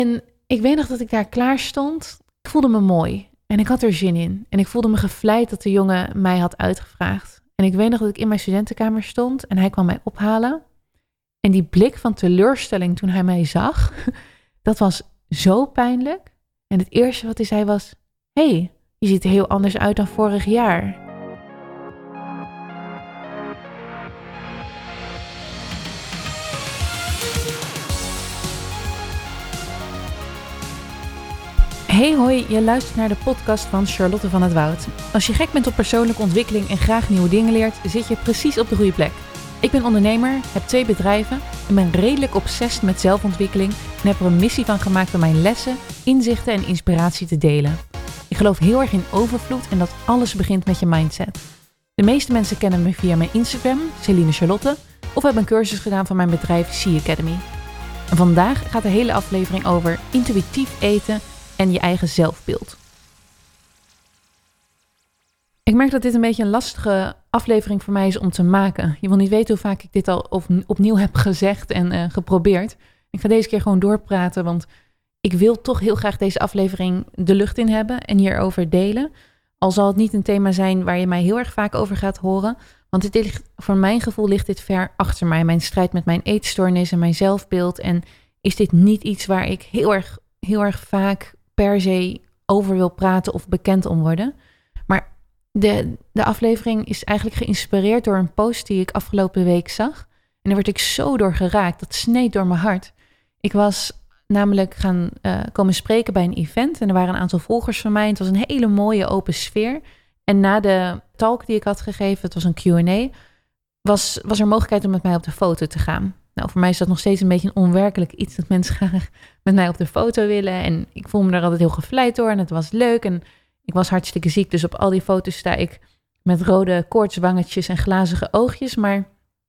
En ik weet nog dat ik daar klaar stond. Ik voelde me mooi en ik had er zin in. En ik voelde me gevleid dat de jongen mij had uitgevraagd. En ik weet nog dat ik in mijn studentenkamer stond en hij kwam mij ophalen. En die blik van teleurstelling toen hij mij zag, dat was zo pijnlijk. En het eerste wat hij zei was, hey, je ziet er heel anders uit dan vorig jaar. Hey hoi, je luistert naar de podcast van Charlotte van het Woud. Als je gek bent op persoonlijke ontwikkeling en graag nieuwe dingen leert, zit je precies op de goede plek. Ik ben ondernemer, heb 2 bedrijven en ben redelijk obsessief met zelfontwikkeling en heb er een missie van gemaakt om mijn lessen, inzichten en inspiratie te delen. Ik geloof heel erg in overvloed en dat alles begint met je mindset. De meeste mensen kennen me via mijn Instagram, Celine Charlotte, of hebben een cursus gedaan van mijn bedrijf Sea Academy. En vandaag gaat de hele aflevering over intuïtief eten en je eigen zelfbeeld. Ik merk dat dit een beetje een lastige aflevering voor mij is om te maken. Je wil niet weten hoe vaak ik dit al opnieuw heb gezegd en geprobeerd. Ik ga deze keer gewoon doorpraten, want ik wil toch heel graag deze aflevering de lucht in hebben en hierover delen. Al zal het niet een thema zijn waar je mij heel erg vaak over gaat horen. Want voor mijn gevoel ligt dit ver achter mij. Mijn strijd met mijn eetstoornis en mijn zelfbeeld. En is dit niet iets waar ik heel erg vaak per se over wil praten of bekend om worden. Maar de aflevering is eigenlijk geïnspireerd door een post die ik afgelopen week zag. En daar werd ik zo door geraakt. Dat sneed door mijn hart. Ik was namelijk gaan komen spreken bij een event. En er waren een aantal volgers van mij. Het was een hele mooie open sfeer. En na de talk die ik had gegeven, het was een Q&A, was er mogelijkheid om met mij op de foto te gaan. Nou, voor mij is dat nog steeds een beetje een onwerkelijk iets dat mensen graag met mij op de foto willen. En ik voel me daar altijd heel gevleid door en het was leuk. En ik was hartstikke ziek, dus op al die foto's sta ik met rode koortswangetjes en glazige oogjes. Maar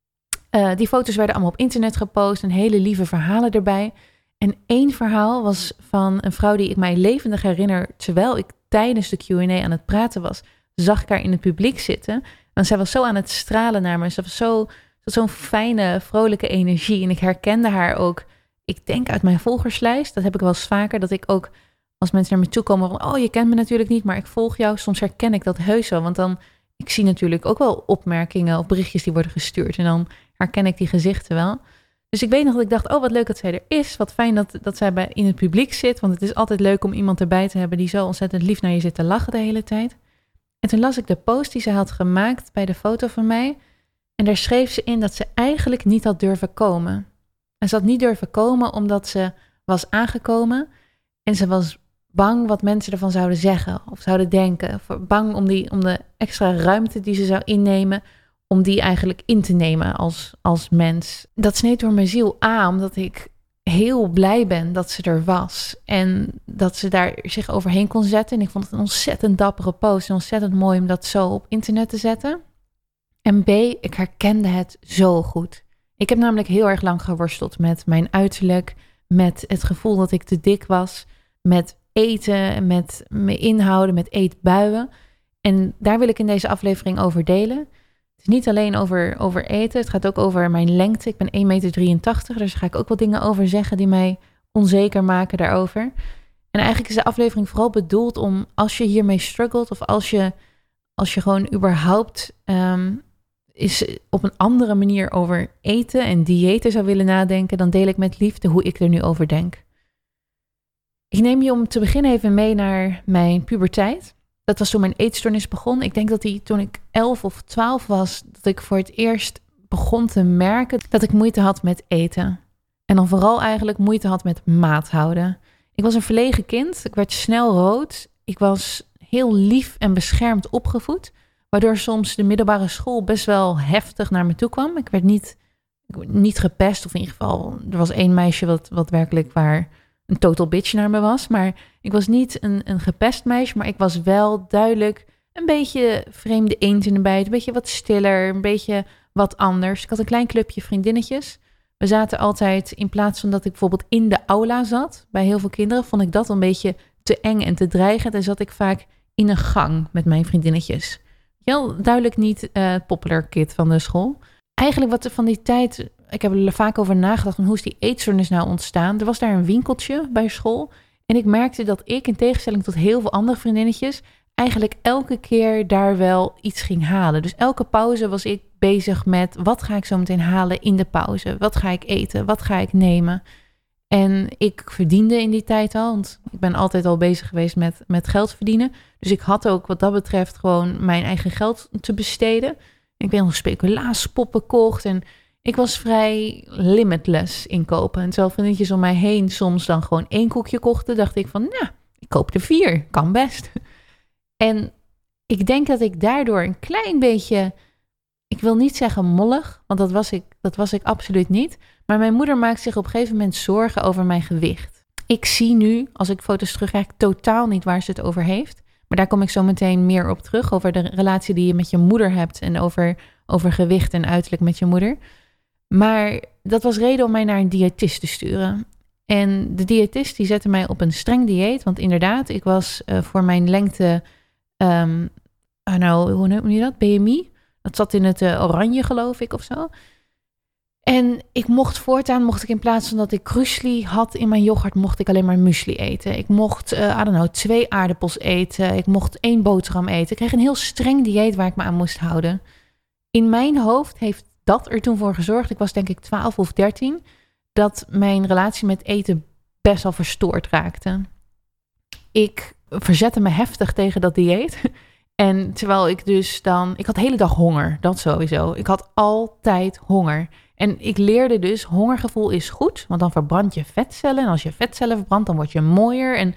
die foto's werden allemaal op internet gepost en hele lieve verhalen erbij. En 1 verhaal was van een vrouw die ik mij levendig herinner, terwijl ik tijdens de Q&A aan het praten was, zag ik haar in het publiek zitten. Want zij was zo aan het stralen naar me. Ze was zo'n fijne, vrolijke energie. En ik herkende haar ook, ik denk uit mijn volgerslijst. Dat heb ik wel eens vaker, dat ik ook, als mensen naar me toe komen van, oh, je kent me natuurlijk niet, maar ik volg jou. Soms herken ik dat heus wel, want dan, ik zie natuurlijk ook wel opmerkingen of berichtjes die worden gestuurd. En dan herken ik die gezichten wel. Dus ik weet nog dat ik dacht, oh, wat leuk dat zij er is. Wat fijn dat zij in het publiek zit. Want het is altijd leuk om iemand erbij te hebben die zo ontzettend lief naar je zit te lachen de hele tijd. En toen las ik de post die ze had gemaakt bij de foto van mij. En daar schreef ze in dat ze eigenlijk niet had durven komen. En ze had niet durven komen omdat ze was aangekomen. En ze was bang wat mensen ervan zouden zeggen of zouden denken. Bang om de extra ruimte die ze zou innemen, om die eigenlijk in te nemen als mens. Dat sneed door mijn ziel aan, omdat ik heel blij ben dat ze er was. En dat ze daar zich overheen kon zetten. En ik vond het een ontzettend dappere post. En ontzettend mooi om dat zo op internet te zetten. En B, ik herkende het zo goed. Ik heb namelijk heel erg lang geworsteld met mijn uiterlijk, met het gevoel dat ik te dik was, met eten, met me inhouden, met eetbuien. En daar wil ik in deze aflevering over delen. Het is niet alleen over eten, het gaat ook over mijn lengte. Ik ben 1,83 meter, dus daar ga ik ook wat dingen over zeggen die mij onzeker maken daarover. En eigenlijk is de aflevering vooral bedoeld om, als je hiermee struggelt of als je gewoon überhaupt is op een andere manier over eten en diëten zou willen nadenken, dan deel ik met liefde hoe ik er nu over denk. Ik neem je om te beginnen even mee naar mijn puberteit. Dat was toen mijn eetstoornis begon. Ik denk dat toen ik 11 of 12 was, dat ik voor het eerst begon te merken dat ik moeite had met eten. En dan vooral eigenlijk moeite had met maat houden. Ik was een verlegen kind. Ik werd snel rood. Ik was heel lief en beschermd opgevoed, waardoor soms de middelbare school best wel heftig naar me toe kwam. Ik werd niet gepest, of in ieder geval, er was 1 meisje wat werkelijk waar een total bitch naar me was. Maar ik was niet een gepest meisje, maar ik was wel duidelijk een beetje vreemde eend in de bijt. Een beetje wat stiller, een beetje wat anders. Ik had een klein clubje vriendinnetjes. We zaten altijd, in plaats van dat ik bijvoorbeeld in de aula zat, bij heel veel kinderen, vond ik dat een beetje te eng en te dreigend. En zat ik vaak in een gang met mijn vriendinnetjes. Heel duidelijk niet popular kid van de school. eigenlijk wat er van die tijd... Ik heb er vaak over nagedacht van hoe is die eetstoornis nou ontstaan. Er was daar een winkeltje bij school. En ik merkte dat ik, in tegenstelling tot heel veel andere vriendinnetjes, eigenlijk elke keer daar wel iets ging halen. Dus elke pauze was ik bezig met wat ga ik zo meteen halen in de pauze? Wat ga ik eten? Wat ga ik nemen? En ik verdiende in die tijd al, want ik ben altijd al bezig geweest met geld verdienen. Dus ik had ook wat dat betreft gewoon mijn eigen geld te besteden. Ik ben nog speculaaspoppen gekocht en ik was vrij limitless inkopen. En terwijl vriendinnetjes om mij heen soms dan gewoon 1 koekje kochten, dacht ik van, nou, ik koop er 4, kan best. En ik denk dat ik daardoor een klein beetje, ik wil niet zeggen mollig, want dat was ik absoluut niet. Maar mijn moeder maakt zich op een gegeven moment zorgen over mijn gewicht. Ik zie nu, als ik foto's terugkijk, totaal niet waar ze het over heeft. Maar daar kom ik zo meteen meer op terug, over de relatie die je met je moeder hebt en over gewicht en uiterlijk met je moeder. Maar dat was reden om mij naar een diëtist te sturen. En de diëtist die zette mij op een streng dieet. Want inderdaad, ik was voor mijn lengte, hoe noem je dat? BMI. Dat zat in het oranje, geloof ik, of zo. En ik mocht in plaats van dat ik krusli had in mijn yoghurt, mocht ik alleen maar muesli eten. Ik mocht, 2 aardappels eten. Ik mocht 1 boterham eten. Ik kreeg een heel streng dieet waar ik me aan moest houden. In mijn hoofd heeft dat er toen voor gezorgd, ik was denk ik 12 of 13, dat mijn relatie met eten best wel verstoord raakte. Ik verzette me heftig tegen dat dieet. En terwijl ik had de hele dag honger, dat sowieso. Ik had altijd honger. En ik leerde dus, hongergevoel is goed, want dan verbrand je vetcellen. En als je vetcellen verbrandt, dan word je mooier. En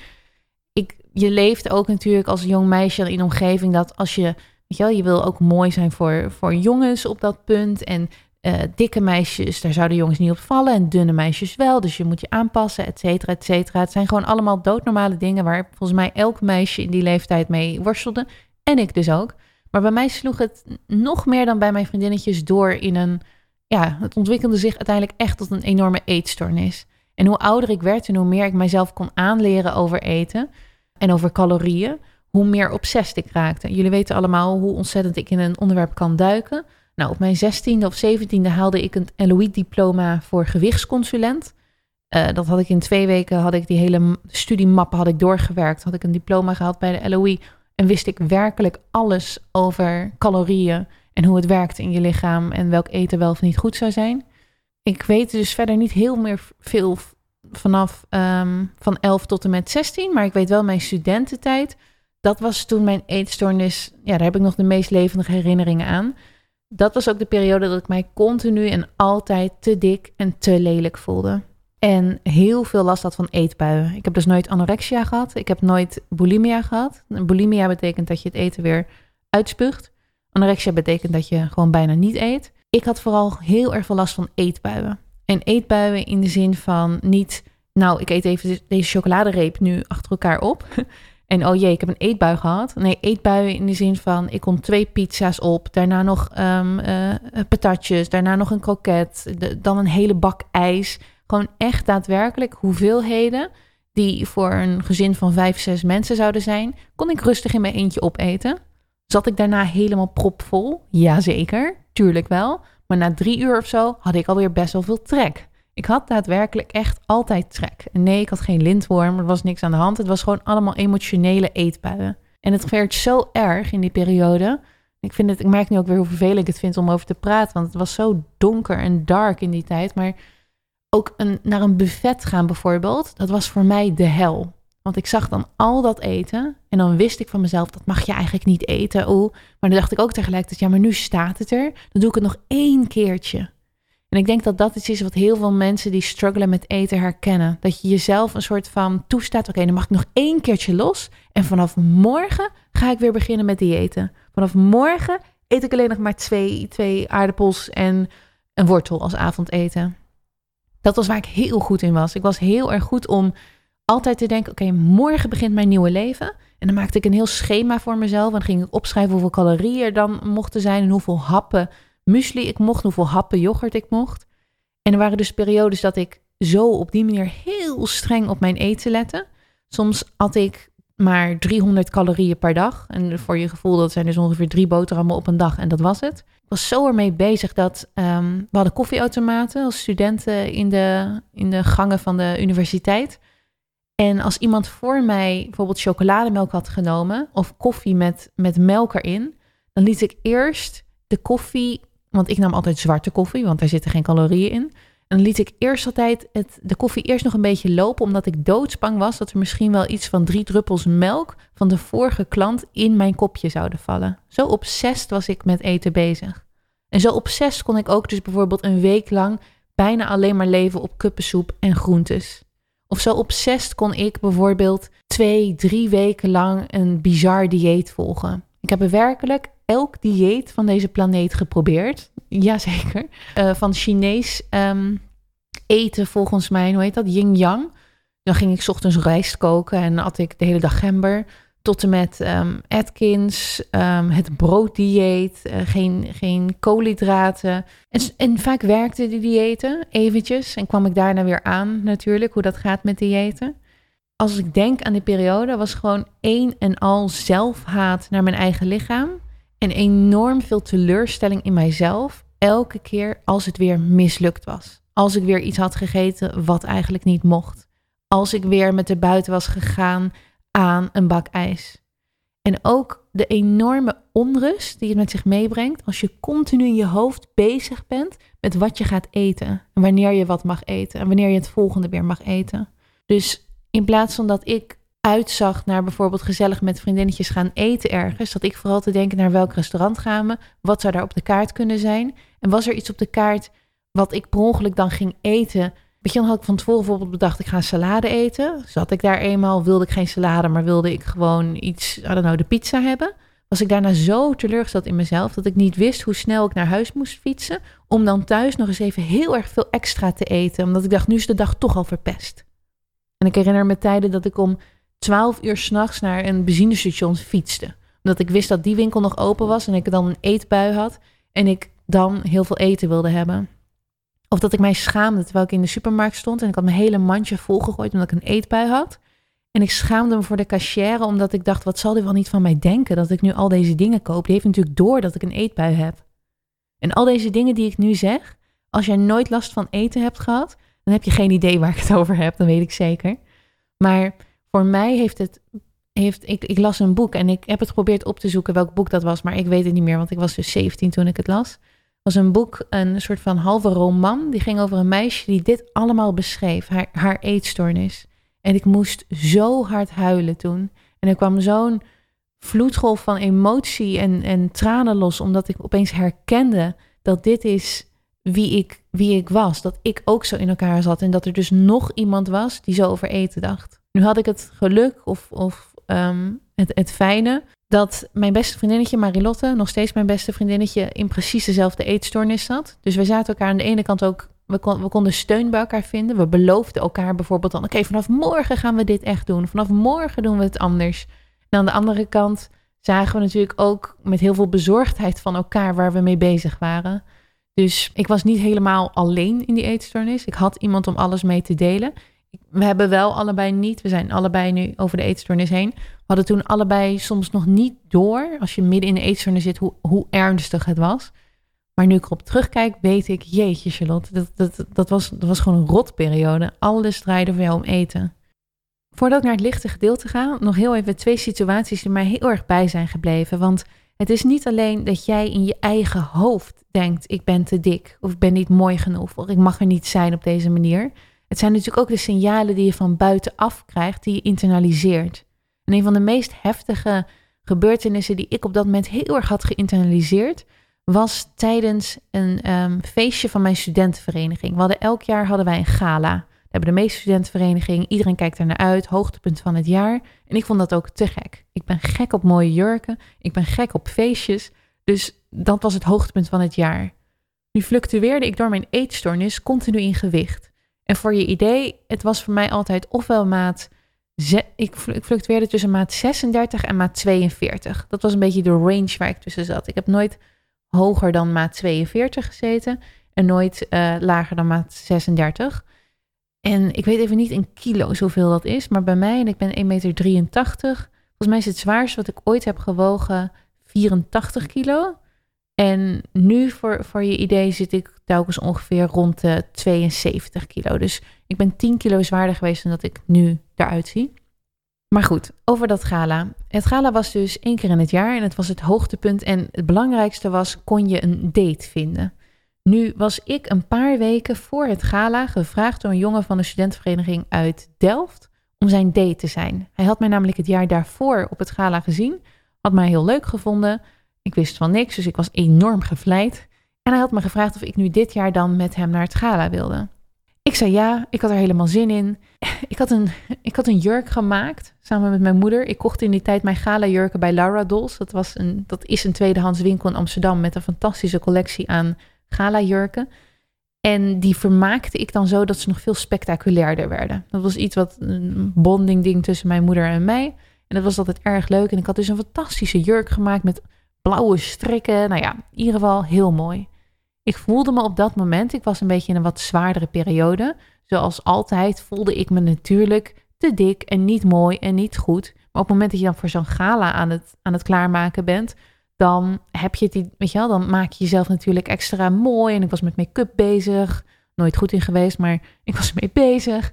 je leeft ook natuurlijk als jong meisje in een omgeving dat als je, je wil ook mooi zijn voor jongens op dat punt. En dikke meisjes, daar zouden jongens niet op vallen. En dunne meisjes wel, dus je moet je aanpassen, et cetera, et cetera. Het zijn gewoon allemaal doodnormale dingen waar volgens mij elk meisje in die leeftijd mee worstelde. En ik dus ook. Maar bij mij sloeg het nog meer dan bij mijn vriendinnetjes door in een, het ontwikkelde zich uiteindelijk echt tot een enorme eetstoornis. En hoe ouder ik werd en hoe meer ik mijzelf kon aanleren over eten en over calorieën, hoe meer obsessief ik raakte. Jullie weten allemaal hoe ontzettend ik in een onderwerp kan duiken. Nou, op mijn 16e of 17e haalde ik een LOE-diploma voor gewichtsconsulent. Dat had ik in 2 weken, die hele studiemappen had ik doorgewerkt. Had ik een diploma gehaald bij de LOE en wist ik werkelijk alles over calorieën en hoe het werkt in je lichaam en welk eten wel of niet goed zou zijn. Ik weet dus verder niet heel meer veel vanaf van 11 tot en met 16, maar ik weet wel mijn studententijd. Dat was toen mijn eetstoornis, daar heb ik nog de meest levendige herinneringen aan. Dat was ook de periode dat ik mij continu en altijd te dik en te lelijk voelde. En heel veel last had van eetbuien. Ik heb dus nooit anorexia gehad. Ik heb nooit bulimia gehad. Bulimia betekent dat je het eten weer uitspuugt. Anorexia betekent dat je gewoon bijna niet eet. Ik had vooral heel erg veel last van eetbuien. En eetbuien in de zin van niet, ik eet even deze chocoladereep nu achter elkaar op. En oh jee, ik heb een eetbui gehad. Nee, eetbuien in de zin van, ik kon 2 pizza's op. Daarna nog patatjes. Daarna nog een kroket. Dan een hele bak ijs. Gewoon echt daadwerkelijk hoeveelheden die voor een gezin van 5, 6 mensen zouden zijn, kon ik rustig in mijn eentje opeten. Zat ik daarna helemaal propvol? Jazeker, tuurlijk wel. Maar na 3 uur of zo had ik alweer best wel veel trek. Ik had daadwerkelijk echt altijd trek. En nee, ik had geen lintworm, er was niks aan de hand. Het was gewoon allemaal emotionele eetbuien. En het werd zo erg in die periode. Ik merk nu ook weer hoe vervelend ik het vind om over te praten, want het was zo donker en dark in die tijd. Maar ook naar een buffet gaan bijvoorbeeld, dat was voor mij de hel. Want ik zag dan al dat eten en dan wist ik van mezelf, dat mag je eigenlijk niet eten. Maar dan dacht ik ook tegelijkertijd, maar nu staat het er. Dan doe ik het nog 1 keertje. En ik denk dat dat iets is wat heel veel mensen die struggelen met eten herkennen. Dat je jezelf een soort van toestaat, oké, dan mag ik nog 1 keertje los. En vanaf morgen ga ik weer beginnen met diëten. Vanaf morgen eet ik alleen nog maar 2 aardappels en een wortel als avondeten. Dat was waar ik heel goed in was. Ik was heel erg goed om altijd te denken, oké, morgen begint mijn nieuwe leven. En dan maakte ik een heel schema voor mezelf. En dan ging ik opschrijven hoeveel calorieën er dan mochten zijn en hoeveel happen muesli ik mocht, hoeveel happen yoghurt ik mocht. En er waren dus periodes dat ik zo op die manier heel streng op mijn eten lette. Soms at ik maar 300 calorieën per dag. En voor je gevoel, dat zijn dus ongeveer 3 boterhammen op een dag en dat was het. Ik was zo ermee bezig dat we hadden koffieautomaten als studenten in de gangen van de universiteit. En als iemand voor mij bijvoorbeeld chocolademelk had genomen of koffie met melk erin, dan liet ik eerst de koffie, want ik nam altijd zwarte koffie, want daar zitten geen calorieën in. En dan liet ik eerst altijd de koffie eerst nog een beetje lopen, omdat ik doodsbang was dat er misschien wel iets van 3 druppels melk van de vorige klant in mijn kopje zouden vallen. Zo obsessed was ik met eten bezig. En zo obsessed kon ik ook dus bijvoorbeeld een week lang bijna alleen maar leven op kuppensoep en groentes. Of zo obsessed kon ik bijvoorbeeld 2-3 weken lang een bizar dieet volgen. Ik heb werkelijk elk dieet van deze planeet geprobeerd. Jazeker. Van Chinees eten volgens mij, hoe heet dat? Yin-yang. Dan ging ik 's ochtends rijst koken en at ik de hele dag gember. Tot en met Atkins, het brooddieet, geen koolhydraten. En vaak werkten die diëten eventjes en kwam ik daarna weer aan natuurlijk, hoe dat gaat met diëten. Als ik denk aan die periode, was gewoon een en al zelfhaat naar mijn eigen lichaam. En enorm veel teleurstelling in mijzelf, elke keer als het weer mislukt was. Als ik weer iets had gegeten wat eigenlijk niet mocht. Als ik weer met de buiten was gegaan aan een bak ijs. En ook de enorme onrust die het met zich meebrengt als je continu in je hoofd bezig bent met wat je gaat eten. En wanneer je wat mag eten en wanneer je het volgende weer mag eten. Dus in plaats van dat ik uitzag naar bijvoorbeeld gezellig met vriendinnetjes gaan eten ergens, zat ik vooral te denken naar welk restaurant gaan we, wat zou daar op de kaart kunnen zijn. En was er iets op de kaart wat ik per ongeluk dan ging eten. Weet je, dan had ik van tevoren bijvoorbeeld bedacht, ik ga salade eten. Zat ik daar eenmaal, wilde ik geen salade, maar wilde ik gewoon iets, de pizza hebben. Was ik daarna zo teleurgesteld in mezelf, dat ik niet wist hoe snel ik naar huis moest fietsen, om dan thuis nog eens even heel erg veel extra te eten. Omdat ik dacht, nu is de dag toch al verpest. En ik herinner me tijden dat ik om 12 uur 's nachts naar een benzinestation fietste. Omdat ik wist dat die winkel nog open was en ik dan een eetbui had. En ik dan heel veel eten wilde hebben. Of dat ik mij schaamde terwijl ik in de supermarkt stond en ik had mijn hele mandje volgegooid omdat ik een eetbui had. En ik schaamde me voor de cashier omdat ik dacht, wat zal die wel niet van mij denken dat ik nu al deze dingen koop? Die heeft natuurlijk door dat ik een eetbui heb. En al deze dingen die ik nu zeg, als jij nooit last van eten hebt gehad, dan heb je geen idee waar ik het over heb, dat weet ik zeker. Maar voor mij ik las een boek en ik heb het geprobeerd op te zoeken welk boek dat was, maar ik weet het niet meer, want ik was dus 17 toen ik het las. Was een boek, een soort van halve roman. Die ging over een meisje die dit allemaal beschreef. Haar eetstoornis. En ik moest zo hard huilen toen. En er kwam zo'n vloedgolf van emotie en tranen los. Omdat ik opeens herkende dat dit is wie ik was. Dat ik ook zo in elkaar zat. En dat er dus nog iemand was die zo over eten dacht. Nu had ik het geluk of het fijne dat mijn beste vriendinnetje Marilotte, nog steeds mijn beste vriendinnetje, in precies dezelfde eetstoornis zat. Dus we zaten elkaar aan de ene kant ook, we konden steun bij elkaar vinden. We beloofden elkaar bijvoorbeeld dan, oké, vanaf morgen gaan we dit echt doen. Vanaf morgen doen we het anders. En aan de andere kant zagen we natuurlijk ook met heel veel bezorgdheid van elkaar waar we mee bezig waren. Dus ik was niet helemaal alleen in die eetstoornis. Ik had iemand om alles mee te delen. We hebben wel allebei niet, we zijn allebei nu over de eetstoornis heen. We hadden toen allebei soms nog niet door, als je midden in de eetstoornis zit, hoe ernstig het was. Maar nu ik erop terugkijk, weet ik, jeetje Charlotte, dat was gewoon een rotperiode. Alles draaide voor jou om eten. Voordat ik naar het lichte gedeelte ga, nog heel even 2 situaties die mij heel erg bij zijn gebleven. Want het is niet alleen dat jij in je eigen hoofd denkt, ik ben te dik, of ik ben niet mooi genoeg, of ik mag er niet zijn op deze manier. Het zijn natuurlijk ook de signalen die je van buitenaf krijgt, die je internaliseert. En een van de meest heftige gebeurtenissen die ik op dat moment heel erg had geïnternaliseerd, was tijdens een feestje van mijn studentenvereniging. Elk jaar hadden wij een gala. We hebben de meeste studentenvereniging, iedereen kijkt er naar uit, hoogtepunt van het jaar. En ik vond dat ook te gek. Ik ben gek op mooie jurken, ik ben gek op feestjes, dus dat was het hoogtepunt van het jaar. Nu fluctueerde ik door mijn eetstoornis continu in gewicht. En voor je idee, het was voor mij altijd ofwel ik fluctueerde tussen maat 36 en maat 42. Dat was een beetje de range waar ik tussen zat. Ik heb nooit hoger dan maat 42 gezeten en nooit lager dan maat 36. En ik weet even niet in kilo's hoeveel dat is, maar bij mij, en ik ben 1,83 meter, volgens mij is het zwaarste wat ik ooit heb gewogen 84 kilo. En nu voor je idee zit ik telkens ongeveer rond de 72 kilo. Dus ik ben 10 kilo zwaarder geweest dan dat ik nu eruit zie. Maar goed, over dat gala. Het gala was dus 1 keer in het jaar en het was het hoogtepunt. En het belangrijkste was, kon je een date vinden. Nu was ik een paar weken voor het gala gevraagd door een jongen van de studentenvereniging uit Delft om zijn date te zijn. Hij had mij namelijk het jaar daarvoor op het gala gezien, had mij heel leuk gevonden. Ik wist van niks, dus ik was enorm gevleid. En hij had me gevraagd of ik nu dit jaar dan met hem naar het gala wilde. Ik zei ja, ik had er helemaal zin in. Ik had een jurk gemaakt samen met mijn moeder. Ik kocht in die tijd mijn gala jurken bij Laura Dolls. Dat is een tweedehands winkel in Amsterdam met een fantastische collectie aan gala jurken. En die vermaakte ik dan zo dat ze nog veel spectaculairder werden. Dat was iets wat een bonding ding tussen mijn moeder en mij. En dat was altijd erg leuk. En ik had dus een fantastische jurk gemaakt met blauwe strikken. Nou ja, in ieder geval heel mooi. Ik voelde me op dat moment, ik was een beetje in een wat zwaardere periode. Zoals altijd voelde ik me natuurlijk te dik en niet mooi en niet goed. Maar op het moment dat je dan voor zo'n gala aan het klaarmaken bent, dan heb je het, weet je wel, dan maak je jezelf natuurlijk extra mooi. En ik was met make-up bezig. Nooit goed in geweest, maar ik was ermee bezig.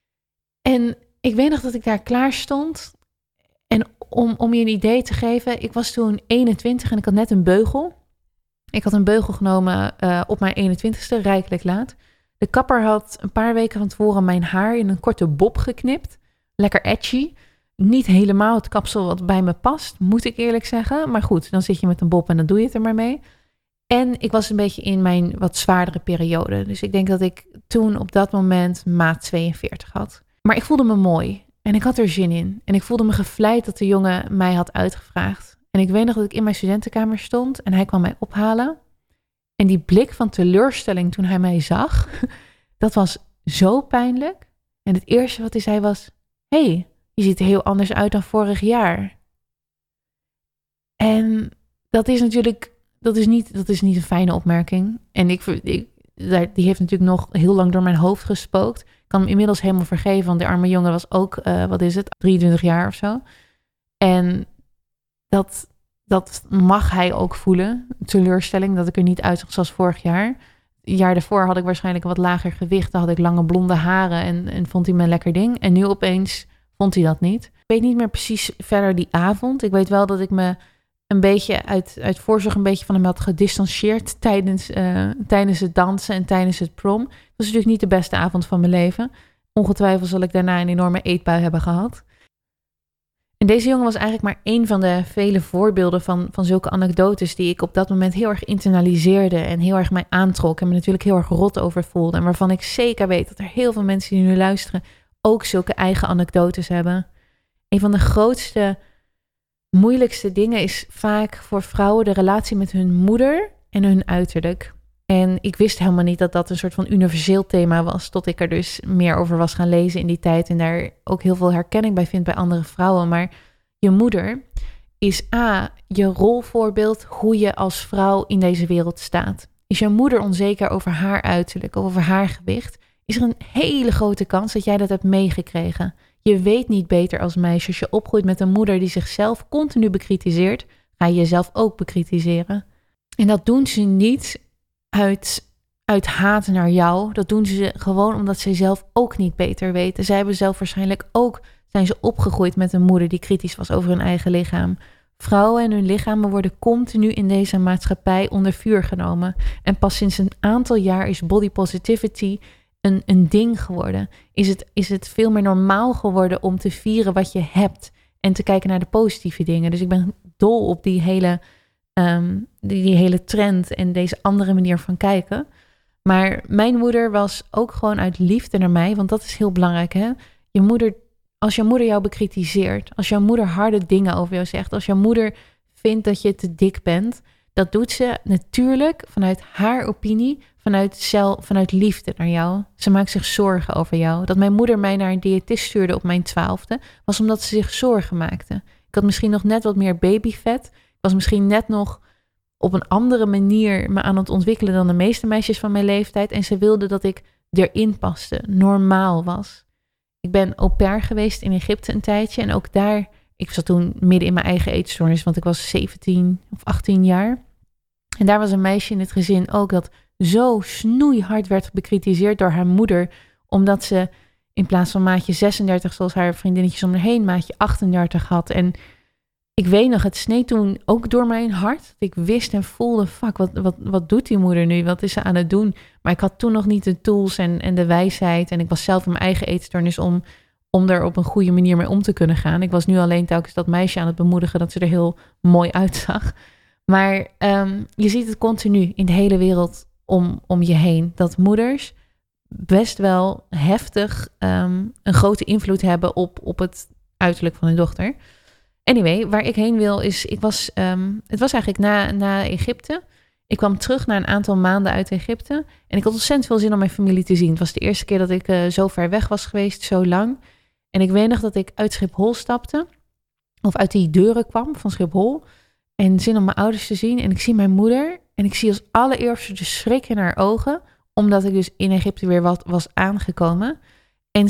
En ik weet nog dat ik daar klaar stond. En om je een idee te geven, ik was toen 21 en ik had net een beugel. Ik had een beugel genomen op mijn 21ste, rijkelijk laat. De kapper had een paar weken van tevoren mijn haar in een korte bob geknipt. Lekker edgy. Niet helemaal het kapsel wat bij me past, moet ik eerlijk zeggen. Maar goed, dan zit je met een bob en dan doe je het er maar mee. En ik was een beetje in mijn wat zwaardere periode. Dus ik denk dat ik toen op dat moment maat 42 had. Maar ik voelde me mooi en ik had er zin in. En ik voelde me gevleid dat de jongen mij had uitgevraagd. En ik weet nog dat ik in mijn studentenkamer stond en hij kwam mij ophalen. En die blik van teleurstelling toen hij mij zag, dat was zo pijnlijk. En het eerste wat hij zei was, hey, je ziet er heel anders uit dan vorig jaar. En dat is natuurlijk, dat is niet een fijne opmerking. En die heeft natuurlijk nog heel lang door mijn hoofd gespookt. Ik kan hem inmiddels helemaal vergeven, want de arme jongen was ook, 23 jaar of zo. En dat mag hij ook voelen. Teleurstelling dat ik er niet uitzag zoals vorig jaar. Het jaar daarvoor had ik waarschijnlijk een wat lager gewicht. Dan had ik lange blonde haren en vond hij me een lekker ding. En nu opeens vond hij dat niet. Ik weet niet meer precies verder die avond. Ik weet wel dat ik me een beetje uit voorzorg een beetje van hem had gedistanceerd tijdens het dansen en tijdens het prom. Het was natuurlijk niet de beste avond van mijn leven. Ongetwijfeld zal ik daarna een enorme eetbui hebben gehad. En deze jongen was eigenlijk maar één van de vele voorbeelden van zulke anekdotes die ik op dat moment heel erg internaliseerde en heel erg mij aantrok en me natuurlijk heel erg rot over voelde. En waarvan ik zeker weet dat er heel veel mensen die nu luisteren ook zulke eigen anekdotes hebben. Een van de grootste, moeilijkste dingen is vaak voor vrouwen de relatie met hun moeder en hun uiterlijk. En ik wist helemaal niet dat dat een soort van universeel thema was, tot ik er dus meer over was gaan lezen in die tijd en daar ook heel veel herkenning bij vind bij andere vrouwen. Maar je moeder is je rolvoorbeeld hoe je als vrouw in deze wereld staat. Is je moeder onzeker over haar uiterlijk of over haar gewicht, is er een hele grote kans dat jij dat hebt meegekregen. Je weet niet beter als meisje. Als je opgroeit met een moeder die zichzelf continu bekritiseert, ga je jezelf ook bekritiseren. En dat doen ze niet uit haat naar jou. Dat doen ze gewoon omdat zij zelf ook niet beter weten. Zij hebben zelf waarschijnlijk ook, zijn ze opgegroeid met een moeder die kritisch was over hun eigen lichaam. Vrouwen en hun lichamen worden continu in deze maatschappij onder vuur genomen. En pas sinds een aantal jaar is body positivity een ding geworden. Is het veel meer normaal geworden om te vieren wat je hebt en te kijken naar de positieve dingen. Dus ik ben dol op die hele trend en deze andere manier van kijken. Maar mijn moeder was ook gewoon uit liefde naar mij, want dat is heel belangrijk, hè? Als jouw moeder jou bekritiseert, als jouw moeder harde dingen over jou zegt, als jouw moeder vindt dat je te dik bent, dat doet ze natuurlijk vanuit haar opinie, vanuit liefde naar jou. Ze maakt zich zorgen over jou. Dat mijn moeder mij naar een diëtist stuurde op mijn 12e, was omdat ze zich zorgen maakte. Ik had misschien nog net wat meer babyvet. Ik was misschien net nog op een andere manier me aan het ontwikkelen dan de meeste meisjes van mijn leeftijd. En ze wilde dat ik erin paste, normaal was. Ik ben au pair geweest in Egypte een tijdje. En ook daar, ik zat toen midden in mijn eigen eetstoornis, want ik was 17 of 18 jaar. En daar was een meisje in het gezin ook dat zo snoeihard werd bekritiseerd door haar moeder, omdat ze in plaats van maatje 36, zoals haar vriendinnetjes om haar heen, maatje 38 had. En ik weet nog, het sneed toen ook door mijn hart. Ik wist en voelde, fuck, wat doet die moeder nu? Wat is ze aan het doen? Maar ik had toen nog niet de tools en de wijsheid. En ik was zelf in mijn eigen eetstoornis om er op een goede manier mee om te kunnen gaan. Ik was nu alleen telkens dat meisje aan het bemoedigen dat ze er heel mooi uitzag. Maar je ziet het continu in de hele wereld om je heen. Dat moeders best wel heftig een grote invloed hebben op het uiterlijk van hun dochter. Anyway, waar ik heen wil is, het was eigenlijk na Egypte. Ik kwam terug na een aantal maanden uit Egypte. En ik had ontzettend veel zin om mijn familie te zien. Het was de eerste keer dat ik zo ver weg was geweest, zo lang. En ik weet nog dat ik uit Schiphol stapte. Of uit die deuren kwam van Schiphol. En zin om mijn ouders te zien. En ik zie mijn moeder. En ik zie als allereerste de schrik in haar ogen. Omdat ik dus in Egypte weer wat was aangekomen. En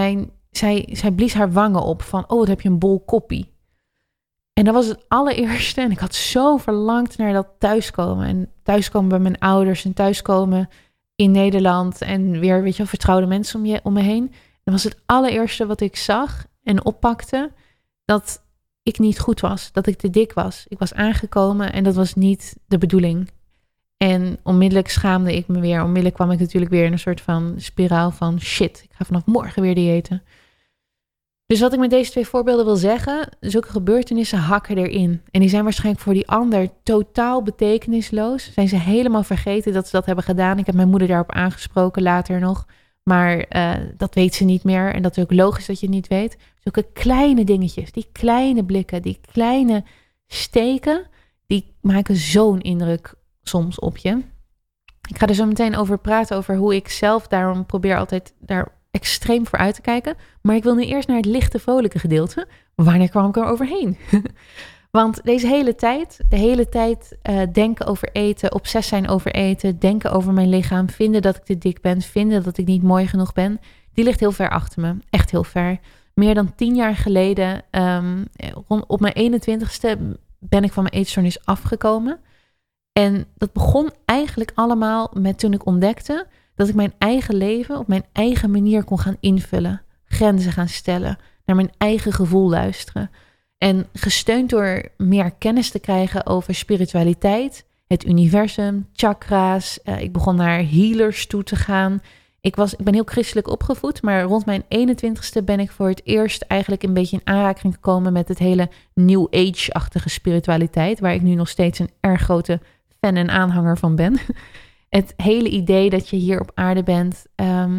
zij blies haar wangen op van, oh, wat heb je een bol koppie. En dat was het allereerste. En ik had zo verlangd naar dat thuiskomen. En thuiskomen bij mijn ouders. En thuiskomen in Nederland. En weer, weet je wel, vertrouwde mensen om me heen. Dat was het allereerste wat ik zag en oppakte. Dat ik niet goed was. Dat ik te dik was. Ik was aangekomen en dat was niet de bedoeling. En onmiddellijk schaamde ik me weer. Onmiddellijk kwam ik natuurlijk weer in een soort van spiraal van shit. Ik ga vanaf morgen weer diëten. Dus wat ik met deze 2 voorbeelden wil zeggen, zulke gebeurtenissen hakken erin. En die zijn waarschijnlijk voor die ander totaal betekenisloos. Zijn ze helemaal vergeten dat ze dat hebben gedaan. Ik heb mijn moeder daarop aangesproken later nog. Maar dat weet ze niet meer. En dat is ook logisch dat je het niet weet. Zulke kleine dingetjes, die kleine blikken, die kleine steken, die maken zo'n indruk soms op je. Ik ga er zo meteen over praten, over hoe ik zelf daarom probeer altijd daar extreem voor uit te kijken. Maar ik wil nu eerst naar het lichte, vrolijke gedeelte. Wanneer kwam ik er overheen? Want deze de hele tijd denken over eten, obsessief zijn over eten, denken over mijn lichaam, vinden dat ik te dik ben, vinden dat ik niet mooi genoeg ben, die ligt heel ver achter me. Echt heel ver. Meer dan 10 jaar geleden, op mijn 21ste, ben ik van mijn eetstoornis afgekomen. En dat begon eigenlijk allemaal met toen ik ontdekte dat ik mijn eigen leven op mijn eigen manier kon gaan invullen. Grenzen gaan stellen, naar mijn eigen gevoel luisteren. En gesteund door meer kennis te krijgen over spiritualiteit, het universum, chakra's. Ik begon naar healers toe te gaan. Ik ben heel christelijk opgevoed, maar rond mijn 21ste ben ik voor het eerst eigenlijk een beetje in aanraking gekomen met het hele New Age-achtige spiritualiteit, waar ik nu nog steeds een erg grote fan en aanhanger van ben. Het hele idee dat je hier op aarde bent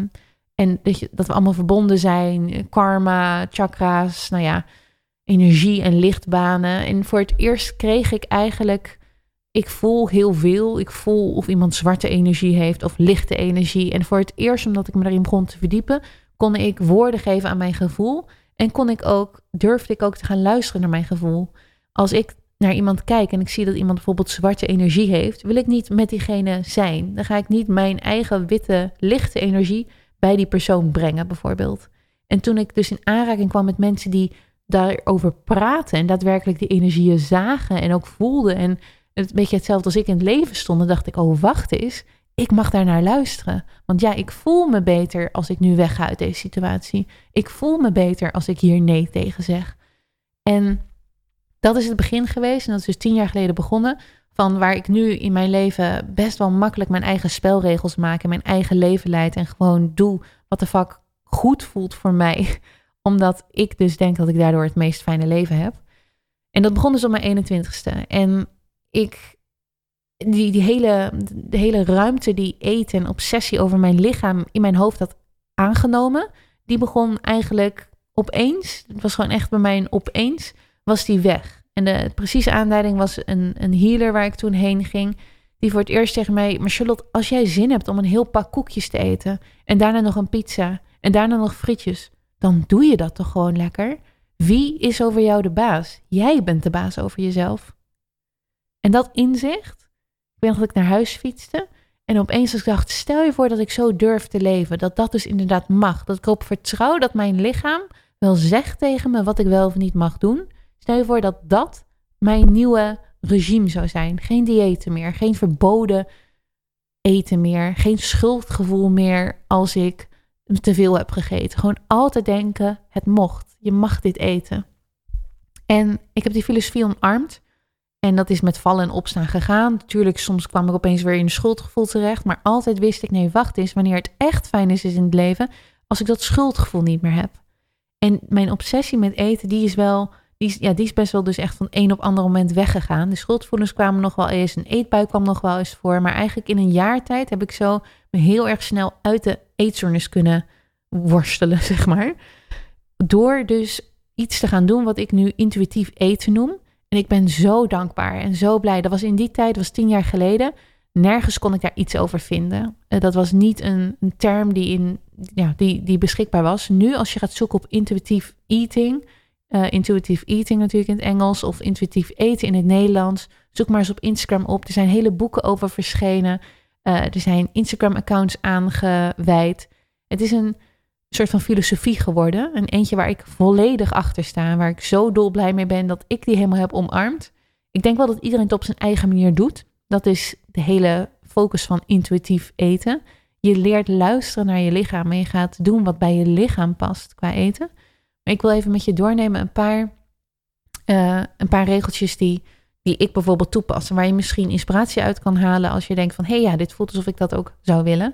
en dat we allemaal verbonden zijn, karma, chakra's, nou ja, energie en lichtbanen. En voor het eerst kreeg ik eigenlijk, ik voel heel veel. Ik voel of iemand zwarte energie heeft of lichte energie. En voor het eerst, omdat ik me daarin begon te verdiepen, kon ik woorden geven aan mijn gevoel. En durfde ik ook te gaan luisteren naar mijn gevoel. Als ik naar iemand kijk en ik zie dat iemand bijvoorbeeld zwarte energie heeft, wil ik niet met diegene zijn. Dan ga ik niet mijn eigen witte, lichte energie bij die persoon brengen, bijvoorbeeld. En toen ik dus in aanraking kwam met mensen die daarover praten en daadwerkelijk die energieën zagen en ook voelden en een beetje hetzelfde als ik in het leven stond, dan dacht ik, oh wacht eens, ik mag daar naar luisteren. Want ja, ik voel me beter als ik nu wegga uit deze situatie. Ik voel me beter als ik hier nee tegen zeg. En dat is het begin geweest en dat is dus 10 jaar geleden begonnen, van waar ik nu in mijn leven best wel makkelijk mijn eigen spelregels maak en mijn eigen leven leid en gewoon doe wat de fuck goed voelt voor mij. Omdat ik dus denk dat ik daardoor het meest fijne leven heb. En dat begon dus op mijn 21ste. En de hele ruimte die eten en obsessie over mijn lichaam in mijn hoofd had aangenomen, die begon eigenlijk opeens, het was gewoon echt bij mij een opeens, was die weg. En de precieze aanleiding was een healer waar ik toen heen ging, die voor het eerst tegen mij, maar Charlotte, als jij zin hebt om een heel pak koekjes te eten en daarna nog een pizza en daarna nog frietjes, dan doe je dat toch gewoon lekker? Wie is over jou de baas? Jij bent de baas over jezelf. En dat inzicht, ik weet nog dat ik naar huis fietste en opeens als ik dacht, stel je voor dat ik zo durf te leven, dat dat dus inderdaad mag. Dat ik erop vertrouw dat mijn lichaam wel zegt tegen me wat ik wel of niet mag doen. Stel je voor dat dat mijn nieuwe regime zou zijn. Geen diëten meer, geen verboden eten meer, geen schuldgevoel meer als ik te veel heb gegeten. Gewoon altijd denken, het mocht. Je mag dit eten. En ik heb die filosofie omarmd. En dat is met vallen en opstaan gegaan. Natuurlijk, soms kwam ik opeens weer in een schuldgevoel terecht. Maar altijd wist ik, nee, wacht eens. Wanneer het echt fijn is in het leven, als ik dat schuldgevoel niet meer heb. En mijn obsessie met eten, die is best wel dus echt van een op ander moment weggegaan. De schuldgevoelens kwamen nog wel eens. Een eetbui kwam nog wel eens voor. Maar eigenlijk in een jaar tijd heb ik zo me heel erg snel uit de eetstoornis kunnen worstelen, zeg maar. Door dus iets te gaan doen wat ik nu intuïtief eten noem. En ik ben zo dankbaar en zo blij. Dat was in die tijd, dat was 10 jaar geleden. Nergens kon ik daar iets over vinden. Dat was niet een term die beschikbaar was. Nu als je gaat zoeken op intuïtief eating natuurlijk in het Engels of intuïtief eten in het Nederlands. Zoek maar eens op Instagram op. Er zijn hele boeken over verschenen. Er zijn Instagram-accounts aangewijd. Het is een soort van filosofie geworden. En eentje waar ik volledig achter sta. Waar ik zo dolblij mee ben dat ik die helemaal heb omarmd. Ik denk wel dat iedereen het op zijn eigen manier doet. Dat is de hele focus van intuïtief eten. Je leert luisteren naar je lichaam. En je gaat doen wat bij je lichaam past qua eten. Maar ik wil even met je doornemen een paar regeltjes die ik bijvoorbeeld toepas. En waar je misschien inspiratie uit kan halen als je denkt van, ja, dit voelt alsof ik dat ook zou willen.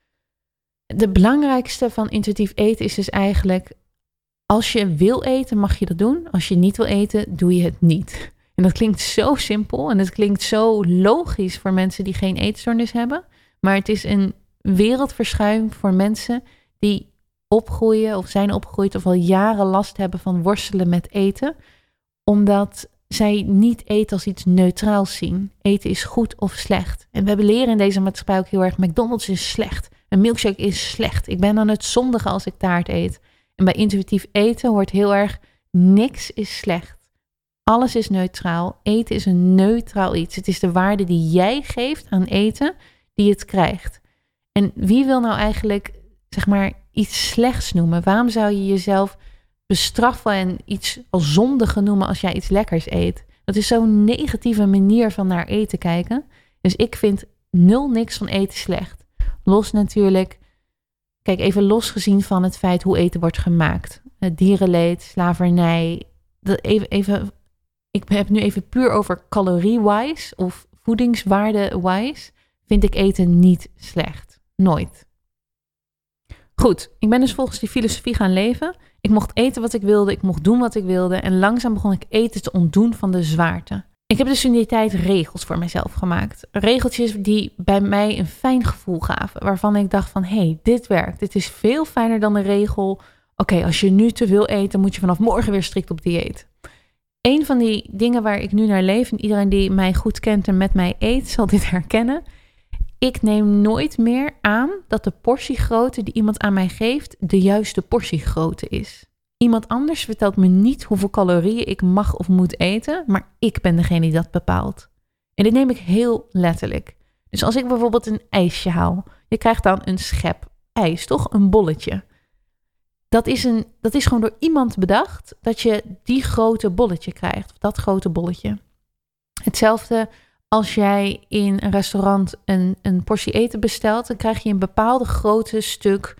De belangrijkste van intuïtief eten is dus eigenlijk, als je wil eten, mag je dat doen. Als je niet wil eten, doe je het niet. En dat klinkt zo simpel en het klinkt zo logisch voor mensen die geen eetstoornis hebben. Maar het is een wereldverschuiving voor mensen die opgroeien of zijn opgegroeid of al jaren last hebben van worstelen met eten. Omdat zij niet eten als iets neutraals zien. Eten is goed of slecht. En we leren in deze maatschappij ook heel erg, McDonald's is slecht. Een milkshake is slecht. Ik ben aan het zondigen als ik taart eet. En bij intuïtief eten hoort heel erg, niks is slecht. Alles is neutraal. Eten is een neutraal iets. Het is de waarde die jij geeft aan eten, die het krijgt. En wie wil nou eigenlijk, zeg maar, iets slechts noemen? Waarom zou je jezelf bestraffen en iets als zondige noemen als jij iets lekkers eet? Dat is zo'n negatieve manier van naar eten kijken. Dus ik vind niks van eten slecht. Even losgezien van het feit hoe eten wordt gemaakt. Dierenleed, slavernij. Ik heb het nu even puur over calorie-wise of voedingswaarde-wise. Vind ik eten niet slecht. Nooit. Goed, ik ben dus volgens die filosofie gaan leven. Ik mocht eten wat ik wilde, ik mocht doen wat ik wilde. En langzaam begon ik eten te ontdoen van de zwaarte. Ik heb dus in die tijd regels voor mezelf gemaakt. Regeltjes die bij mij een fijn gevoel gaven. Waarvan ik dacht van, dit werkt. Dit is veel fijner dan de regel. Oké, als je nu te veel eet, dan moet je vanaf morgen weer strikt op dieet. Een van die dingen waar ik nu naar leef, en iedereen die mij goed kent en met mij eet, zal dit herkennen. Ik neem nooit meer aan dat de portiegrootte die iemand aan mij geeft de juiste portiegrootte is. Iemand anders vertelt me niet hoeveel calorieën ik mag of moet eten, maar ik ben degene die dat bepaalt. En dit neem ik heel letterlijk. Dus als ik bijvoorbeeld een ijsje haal, je krijgt dan een schep ijs, toch? Een bolletje. Dat is gewoon door iemand bedacht dat je die grote bolletje krijgt, of dat grote bolletje. Hetzelfde als jij in een restaurant een portie eten bestelt, dan krijg je een bepaalde grote stuk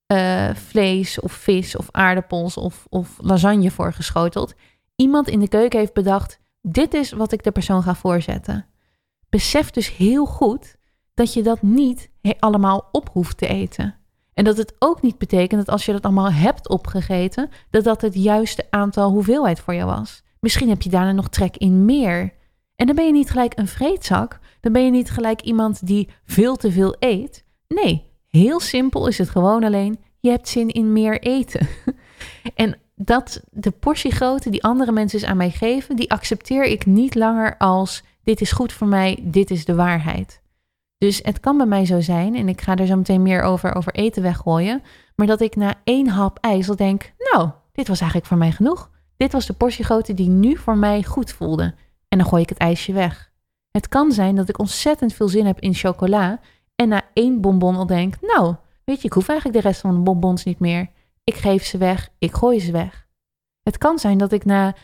vlees of vis of aardappels of lasagne voorgeschoteld. Iemand in de keuken heeft bedacht, dit is wat ik de persoon ga voorzetten. Besef dus heel goed dat je dat niet allemaal op hoeft te eten. En dat het ook niet betekent dat als je dat allemaal hebt opgegeten, dat het juiste aantal hoeveelheid voor jou was. Misschien heb je daarna nog trek in meer. En dan ben je niet gelijk een vreedzak. Dan ben je niet gelijk iemand die veel te veel eet. Nee, heel simpel is het gewoon alleen, je hebt zin in meer eten. En de portiegrootte die andere mensen aan mij geven, die accepteer ik niet langer als, dit is goed voor mij, dit is de waarheid. Dus het kan bij mij zo zijn, en ik ga er zo meteen meer over eten weggooien, maar dat ik na 1 hap ijs al denk, nou, dit was eigenlijk voor mij genoeg. Dit was de portiegrootte die nu voor mij goed voelde. En dan gooi ik het ijsje weg. Het kan zijn dat ik ontzettend veel zin heb in chocola en na 1 bonbon al denk, nou, weet je, ik hoef eigenlijk de rest van de bonbons niet meer. Ik geef ze weg, ik gooi ze weg. Het kan zijn dat ik na